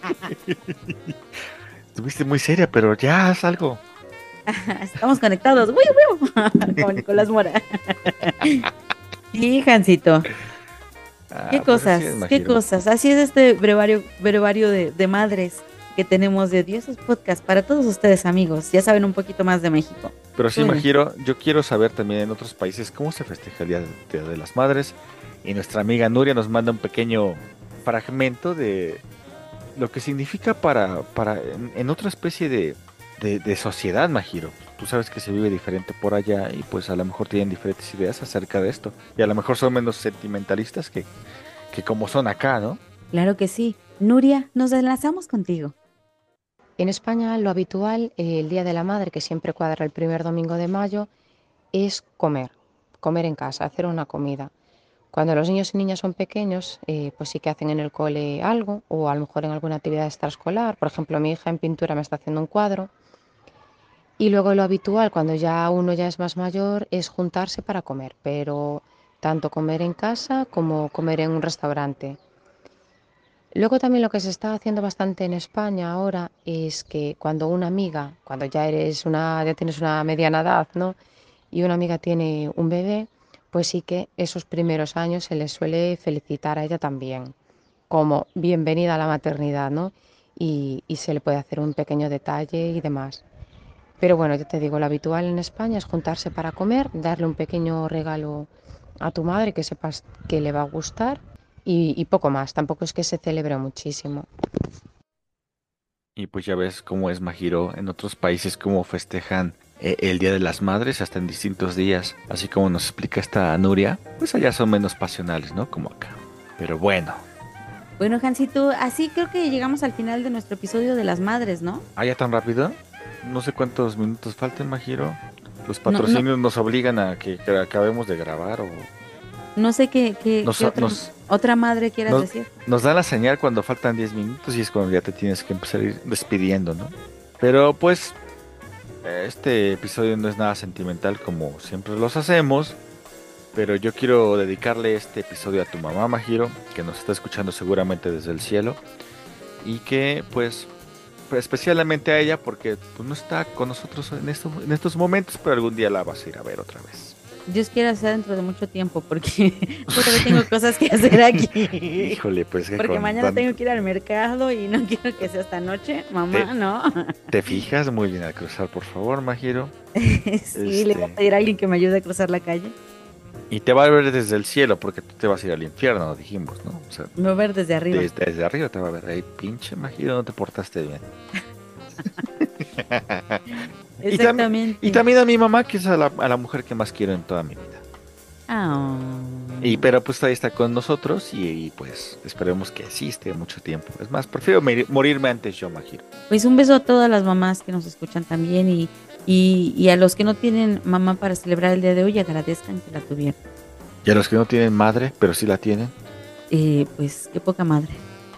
Estuviste muy seria, pero ya haz algo. Estamos conectados. Como Nicolás Mora. Sí, Jancito. ¿Qué cosas? ¿Qué cosas? Así es este brevario de madres que tenemos de Dioses Podcast para todos ustedes, amigos. Ya saben un poquito más de México. Pero sí, Majiro, yo quiero saber también en otros países cómo se festeja el Día de las Madres. Y nuestra amiga Nuria nos manda un pequeño fragmento de lo que significa para en otra especie de sociedad, Majiro. Tú sabes que se vive diferente por allá y pues a lo mejor tienen diferentes ideas acerca de esto. Y a lo mejor son menos sentimentalistas que como son acá, ¿no? Claro que sí. Nuria, nos enlazamos contigo. En España lo habitual, el Día de la Madre, que siempre cuadra el primer domingo de mayo, es comer en casa, hacer una comida. Cuando los niños y niñas son pequeños, pues sí que hacen en el cole algo, o a lo mejor en alguna actividad extraescolar. Por ejemplo, mi hija en pintura me está haciendo un cuadro. Y luego lo habitual, cuando ya uno ya es más mayor, es juntarse para comer, pero tanto comer en casa como comer en un restaurante. Luego también lo que se está haciendo bastante en España ahora es que cuando una amiga, cuando ya tienes una mediana edad, ¿no? Y una amiga tiene un bebé, pues sí que esos primeros años se le suele felicitar a ella también, como bienvenida a la maternidad, ¿no? Y se le puede hacer un pequeño detalle y demás. Pero bueno, yo te digo, lo habitual en España es juntarse para comer, darle un pequeño regalo a tu madre que sepas que le va a gustar y poco más. Tampoco es que se celebre muchísimo. Y pues ya ves cómo es, Majiro, en otros países cómo festejan el Día de las Madres hasta en distintos días. Así como nos explica esta Nuria, pues allá son menos pasionales, ¿no? Como acá. Pero bueno. Bueno, Jancito, así creo que llegamos al final de nuestro episodio de las madres, ¿no? ¿Ya tan rápido? No sé cuántos minutos faltan, Majiro. Los patrocinios nos obligan a que acabemos de grabar o... No sé qué Nos, nos, otra madre quieras nos, decir. nos dan la señal cuando faltan 10 minutos y es cuando ya te tienes que empezar a ir despidiendo, ¿no? Pero pues este episodio no es nada sentimental como siempre los hacemos, pero yo quiero dedicarle este episodio a tu mamá, Majiro, que nos está escuchando seguramente desde el cielo y que pues especialmente a ella porque pues, no está con nosotros en estos momentos, pero algún día la vas a ir a ver otra vez. Dios quiera sea dentro de mucho tiempo, porque todavía tengo cosas que hacer aquí. Híjole, pues que porque mañana tengo que ir al mercado y no quiero que sea esta noche, mamá, ¿no? ¿Te fijas? Muy bien al cruzar, por favor, Majiro. Sí, le voy a pedir a alguien que me ayude a cruzar la calle. Y te va a ver desde el cielo, porque tú te vas a ir al infierno, dijimos, ¿no? O sea, me va a ver desde arriba. Desde arriba te va a ver. Ahí, pinche Majiro, no te portaste bien. Exactamente. Y también a mi mamá, que es a la mujer que más quiero en toda mi vida. Oh. Pero pues ahí está con nosotros y pues esperemos que sí esté mucho tiempo. Es más, prefiero morirme antes yo, Majiro. Pues un beso a todas las mamás que nos escuchan también y a los que no tienen mamá para celebrar el día de hoy, agradezcan que la tuvieron. Y a los que no tienen madre, pero sí la tienen. Pues qué poca madre.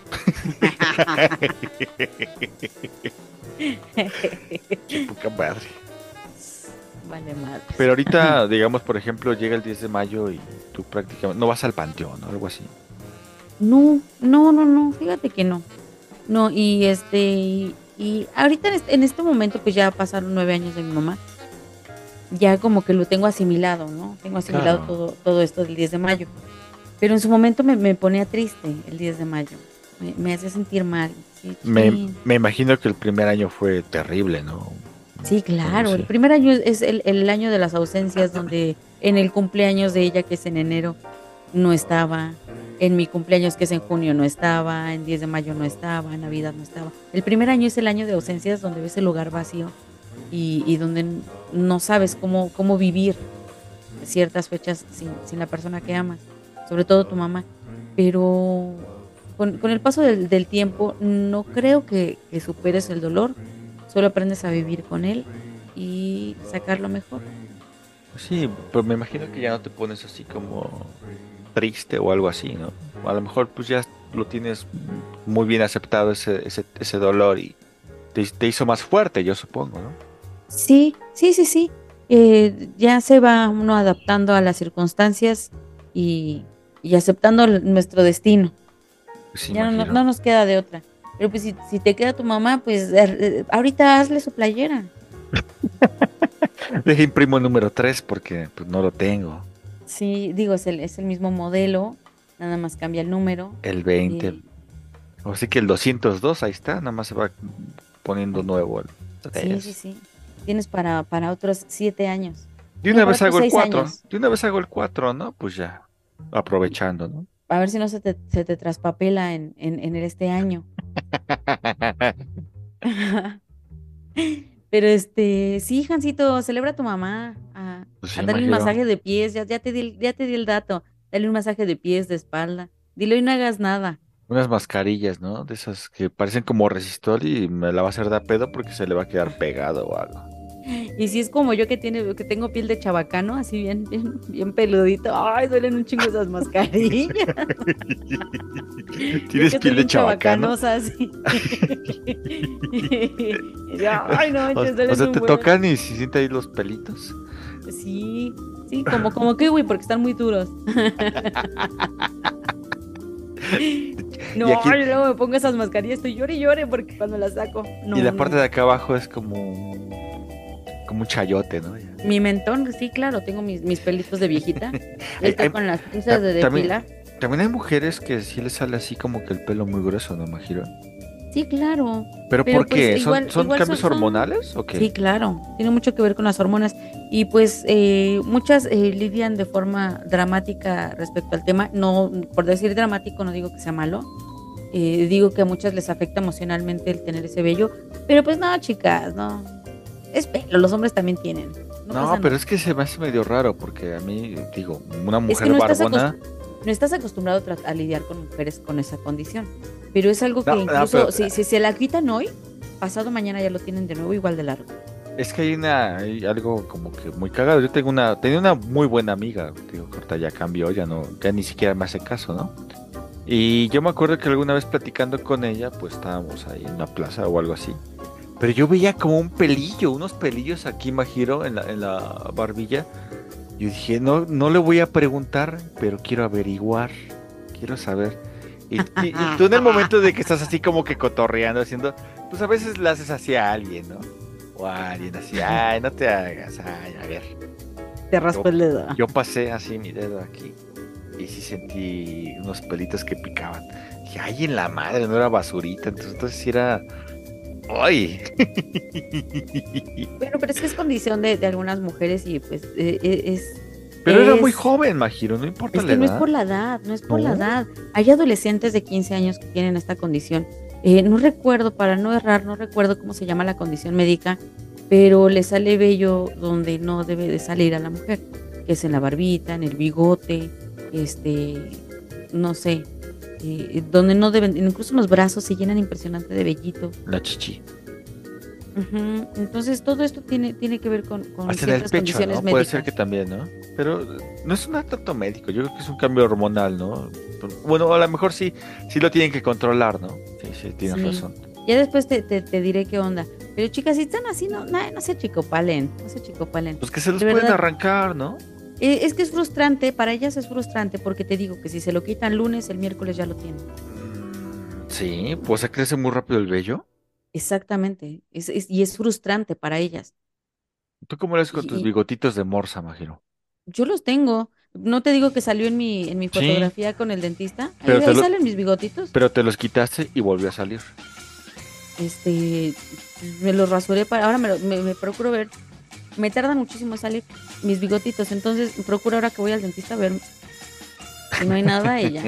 Qué poca madre. Vale madre. Pero ahorita, digamos, por ejemplo, llega el 10 de mayo y tú prácticamente no vas al panteón o algo así. No, fíjate que no. No, y ahorita en este momento pues ya pasaron 9 años de mi mamá. Ya como que lo tengo asimilado, ¿no? Tengo asimilado todo esto del 10 de mayo. Pero en su momento me ponía triste el 10 de mayo. Me hacía sentir mal. Sí. Me imagino que el primer año fue terrible, ¿no? Sí, claro. El primer año es el año de las ausencias, donde en el cumpleaños de ella, que es en enero, no estaba. En mi cumpleaños, que es en junio, no estaba. En 10 de mayo no estaba. En Navidad no estaba. El primer año es el año de ausencias, donde ves el lugar vacío y donde no sabes cómo vivir ciertas fechas sin la persona que amas, sobre todo tu mamá. Pero con el paso del tiempo no creo que superes el dolor, solo aprendes a vivir con él y sacarlo mejor. Sí, pero me imagino que ya no te pones así como triste o algo así, ¿no? A lo mejor pues ya lo tienes muy bien aceptado ese dolor y te hizo más fuerte, yo supongo, ¿no? Sí. Ya se va uno adaptando a las circunstancias y aceptando nuestro destino. Sí, ya no nos queda de otra. Pero pues si te queda tu mamá, pues ahorita hazle su playera. Deja imprimo el número 3 porque pues no lo tengo. Sí, digo, es el mismo modelo, nada más cambia el número. El 20. O sea que el 202, ahí está, nada más se va poniendo nuevo. Sí. Tienes para otros 7 años. De una vez hago el 4. Años. De una vez hago el 4, ¿no? Pues ya, aprovechando, ¿no? A ver si no se te traspapela en este año. Pero sí, Jancito, celebra a tu mamá. Pues sí, A darle un masaje de pies, ya te di el dato. Dale un masaje de pies, de espalda. Dile y no hagas nada. Unas mascarillas, ¿no? De esas que parecen como resistol y me la va a hacer de pedo porque se le va a quedar pegado o algo. Y si es como yo que tengo piel de chabacano, así bien peludito, ay, duelen un chingo esas mascarillas. ¿Tienes piel de chabacano? Así. Ay, no, o sea, te tocan y se sienten ahí los pelitos. Sí, como kiwi porque están muy duros. No, aquí... yo luego me pongo esas mascarillas, estoy llore y llore porque cuando las saco. Y la parte de acá abajo es como un chayote, ¿no? Mi mentón, sí, claro, tengo mis pelitos de viejita. Estoy con las pinzas de depilar. También hay mujeres que sí les sale así como que el pelo muy grueso, ¿no, Majiro? Sí, claro. ¿Pero por qué? Pues, ¿Son cambios hormonales o qué? Sí, claro. Tiene mucho que ver con las hormonas. Y pues muchas lidian de forma dramática respecto al tema. No, por decir dramático no digo que sea malo. Digo que a muchas les afecta emocionalmente el tener ese vello. Pero pues no, chicas, no. Es pelo, los hombres también tienen. No, pero es que se me hace medio raro porque a mí, digo, una mujer es que barbona... No estás acostumbrado a lidiar con mujeres con esa condición. Pero es algo que incluso si se la quitan hoy, pasado mañana ya lo tienen de nuevo igual de largo. Es que hay algo como que muy cagado. Yo tenía una muy buena amiga, digo, que ahorita ya cambió, ya ni siquiera me hace caso, ¿no? Y yo me acuerdo que alguna vez platicando con ella, pues estábamos ahí en una plaza o algo así. Pero yo veía como unos pelillos aquí, Majiro, en la barbilla. Yo dije, no le voy a preguntar, pero quiero averiguar, quiero saber. Y tú en el momento de que estás así como que cotorreando, haciendo, pues a veces le haces así a alguien, ¿no? O a alguien así, ay, no te hagas, ay, a ver. Te raspó el dedo. Yo pasé así mi dedo aquí y sí sentí unos pelitos que picaban. Dije, ay, en la madre, no era basurita, entonces sí era... ¡Ay! Bueno, pero es que es condición de algunas mujeres y pues Pero era muy joven, Majiro, no importa es la que edad. no es por la edad, no es por la edad. Hay adolescentes de 15 años que tienen esta condición. No recuerdo, para no errar, no recuerdo cómo se llama la condición médica, pero le sale vello donde no debe de salir a la mujer, que es en la barbita, en el bigote, no sé, donde no deben, incluso los brazos se llenan impresionante de vellito. La chichi. Entonces todo esto tiene que ver con hasta en el ciertas pecho, condiciones ¿no? médicas. Puede ser que también, ¿no? Pero no es un tanto médico, yo creo que es un cambio hormonal, ¿no? Bueno, a lo mejor sí lo tienen que controlar, ¿no? Sí, tienes razón. Ya después te diré qué onda. Pero chicas, si están así, no se achicopalen, Pues que se los De pueden verdad. arrancar, ¿no? Es que es frustrante, para ellas es frustrante porque te digo que si se lo quitan lunes, el miércoles ya lo tienen. Sí, pues se crece muy rápido el vello. Exactamente, y es frustrante para ellas. ¿Tú cómo eres con tus Y bigotitos de morsa, Majiro? yo los tengo. No te digo que salió en mi Sí. fotografía con el dentista. Pero Ahí salen mis bigotitos. Pero te los quitaste y volvió a salir. Me los rasuré ahora me procuro ver. Me tarda muchísimo en salir mis bigotitos, entonces procuro ahora que voy al dentista a ver si no hay nada y ya.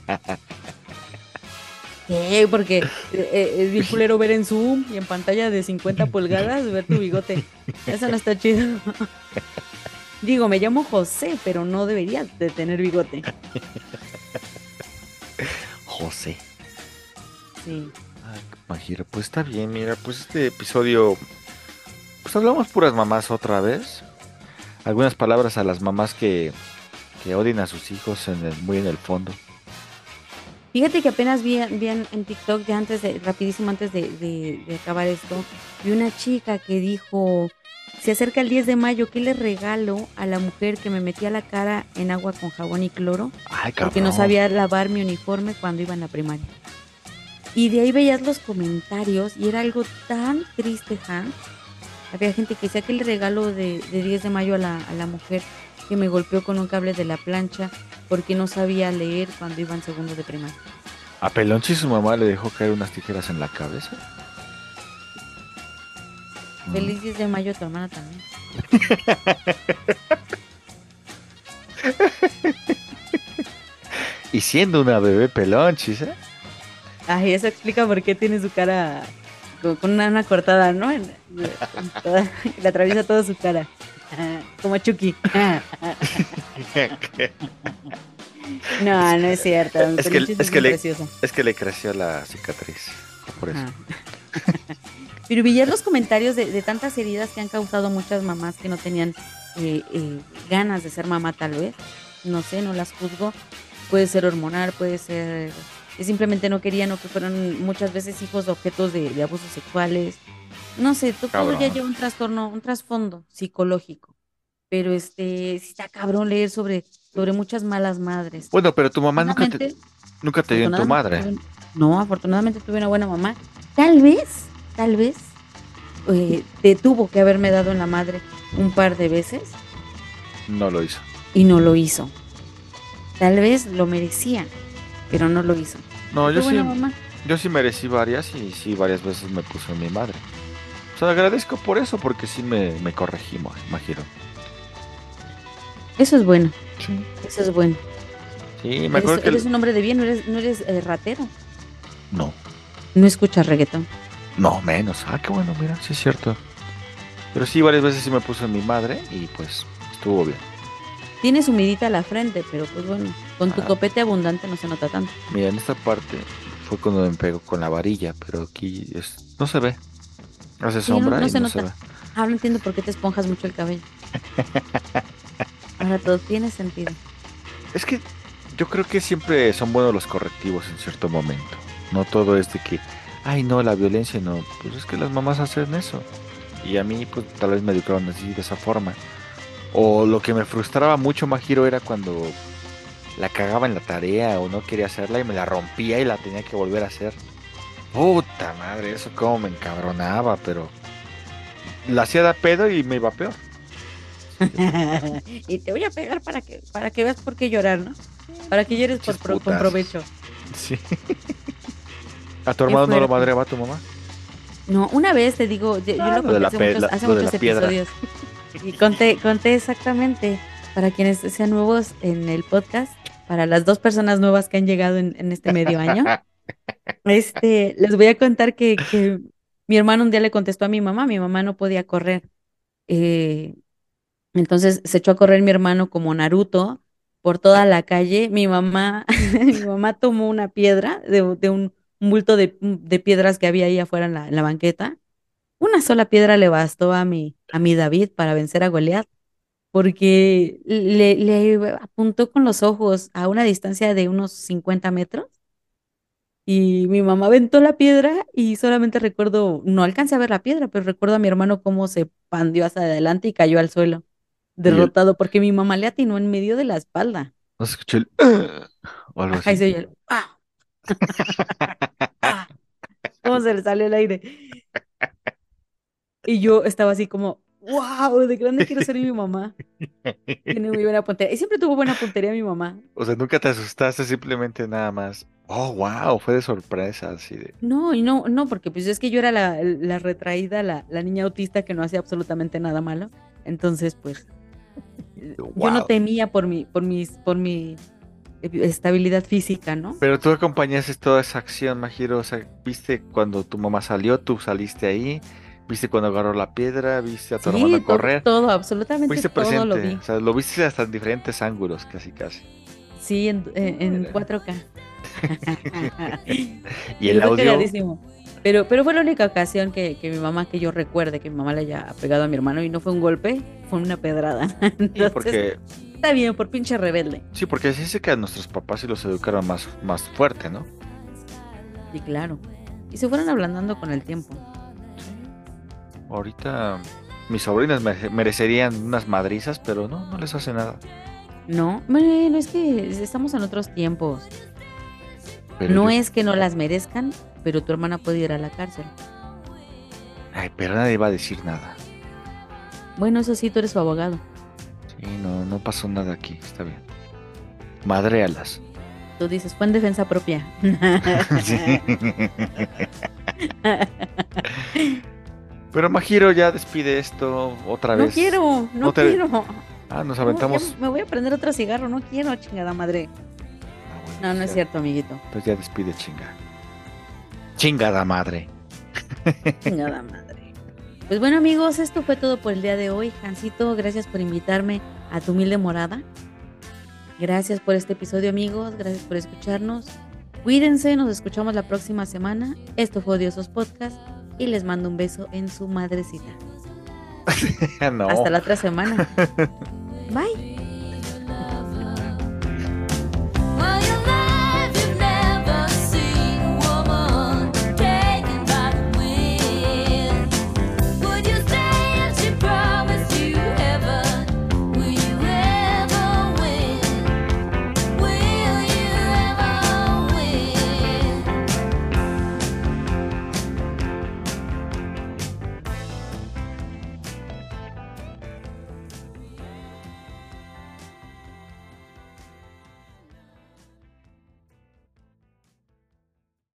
Sí, porque es bien culero ver en Zoom y en pantalla de 50 pulgadas ver tu bigote. Eso no está chido. Digo, me llamo José, pero no debería de tener bigote. José. Sí. Ay, Majiro, pues está bien, mira, pues este episodio, pues hablamos puras mamás otra vez. Algunas palabras a las mamás que odien a sus hijos muy en el fondo. Fíjate que apenas vi en TikTok, ya rapidísimo antes de acabar esto, vi una chica que dijo, se acerca el 10 de mayo, ¿qué le regalo a la mujer que me metía la cara en agua con jabón y cloro? Ay, porque no sabía lavar mi uniforme cuando iba en la primaria. Y de ahí veías los comentarios y era algo tan triste, Han. Había gente que decía que el regalo de 10 de mayo a la mujer que me golpeó con un cable de la plancha porque no sabía leer cuando iba en segundo de primaria. A Pelonchi su mamá le dejó caer unas tijeras en la cabeza. Feliz 10 de mayo a tu hermana también. Y siendo una bebé Pelonchis, ¿eh? Ay, eso explica por qué tiene su cara con una cortada, ¿no? Le atraviesa toda su cara. Como Chucky. No es cierto. Es que le creció la cicatriz. Por eso. Pero vi los comentarios de tantas heridas que han causado muchas mamás que no tenían ganas de ser mamá, tal vez. No sé, no las juzgo. Puede ser hormonal, puede ser que simplemente no querían o que fueron muchas veces hijos objetos de abusos sexuales. No sé, todo ya lleva un trastorno, un trasfondo psicológico. Pero sí está cabrón leer sobre muchas malas madres. Bueno, pero tu mamá nunca te dio en tu madre. No, afortunadamente tuve una buena mamá. Tal vez, te tuvo que haberme dado en la madre un par de veces. No lo hizo. Y no lo hizo. Tal vez lo merecía, pero no lo hizo. No, yo sí merecí varias y sí varias veces me puso en mi madre. O sea, agradezco por eso porque sí me corregimos, Majiro. Eso es bueno. Sí. Eso es bueno. Sí, me acuerdo que eres un hombre de bien, no eres ratero. No. No escuchas reggaetón. No, menos. Ah, qué bueno, mira, sí es cierto. Pero sí, varias veces sí me puso en mi madre y pues estuvo bien. Tienes humidita la frente, pero pues bueno, con tu copete abundante no se nota tanto. Mira, en esta parte fue cuando me pegó con la varilla, pero aquí no se ve. Hace sombra y no se ve. No entiendo por qué te esponjas mucho el cabello. Ahora todo tiene sentido. Es que yo creo que siempre son buenos los correctivos en cierto momento. No todo es de que, ay no, la violencia no. Pues es que las mamás hacen eso. Y a mí, pues tal vez me educaron así, de esa forma. O lo que me frustraba mucho, Majiro, era cuando la cagaba en la tarea o no quería hacerla y me la rompía y la tenía que volver a hacer. Puta madre, eso como me encabronaba, pero la hacía de pedo y me iba peor. Y te voy a pegar para que veas por qué llorar, ¿no? Para que llores con provecho. Sí. ¿A tu Qué hermano no lo fuerte. madreaba tu mamá? No, una vez te digo, yo lo lo de conté la hace lo de muchos la piedra. episodios. Y conté exactamente, para quienes sean nuevos en el podcast, para las 2 personas nuevas que han llegado en este medio año, les voy a contar que mi hermano un día le contestó a mi mamá no podía correr. eh, entonces se echó a correr mi hermano como Naruto por toda la calle. Mi mamá, mi mamá tomó una piedra de un bulto de piedras que había ahí afuera en la banqueta. Una sola piedra le bastó a mi David para vencer a Goliat, porque le apuntó con los ojos a una distancia de unos 50 metros. Y mi mamá aventó la piedra y solamente recuerdo, no alcancé a ver la piedra, pero recuerdo a mi hermano cómo se pandió hacia adelante y cayó al suelo, Y él, derrotado, porque mi mamá le atinó en medio de la espalda. no se escuchó el o algo Ajá, y así. se oye el ¡ah! ¡Ah! ¿Cómo se le sale el aire? Y yo estaba así como, wow, de grande quiero ser mi mamá. Tiene muy buena puntería. Y siempre tuvo buena puntería mi mamá. O sea, nunca te asustaste, simplemente nada más. Oh, wow, fue de sorpresa, así de. No, y no, porque pues es que yo era la retraída, la niña autista que no hacía absolutamente nada malo. Entonces, pues, yo no Wow. temía por mi estabilidad física, ¿no? Pero tú acompañaste toda esa acción, Majiro. O sea, viste cuando tu mamá salió, tú saliste ahí. Viste cuando agarró la piedra, viste a tu hermano Sí, correr. todo, absolutamente Fuiste todo lo presente. vi. O sea, lo viste hasta en diferentes ángulos, casi, casi. Sí, en 4K. Y el fue audio. cagadísimo. Pero fue la única ocasión que mi mamá, que yo recuerde, que mi mamá le haya pegado a mi hermano y no fue un golpe, fue una pedrada. Sí, Entonces, porque, está bien, por pinche rebelde. sí, porque se dice que a nuestros papás sí los educaron más fuerte, ¿no? Sí, claro. Y se fueron ablandando con el tiempo. Ahorita mis sobrinas merecerían unas madrizas, pero no les hace nada. No, bueno, es que estamos en otros tiempos. Pero No yo- es que no las merezcan, pero tu hermana puede ir a la cárcel. Ay, pero nadie va a decir nada. Bueno, eso sí, tú eres su abogado. Sí, no pasó nada aquí, está bien. Madréalas. Tú dices, fue en defensa propia. Sí. Pero Majiro ya despide esto otra No vez. quiero, no te- quiero. Ah, nos No, aventamos. ya me voy a prender otro cigarro, no quiero, chingada madre. Ah, bueno, No, no es ya. cierto, amiguito. Entonces ya despide, chinga. Chingada madre. Chingada madre. Pues bueno, amigos, esto fue todo por el día de hoy. Jancito, gracias por invitarme a tu humilde morada. Gracias por este episodio, amigos. Gracias por escucharnos. Cuídense, nos escuchamos la próxima semana. Esto fue Odiosos Podcast y les mando un beso en su madrecita. No. Hasta la otra semana. Bye.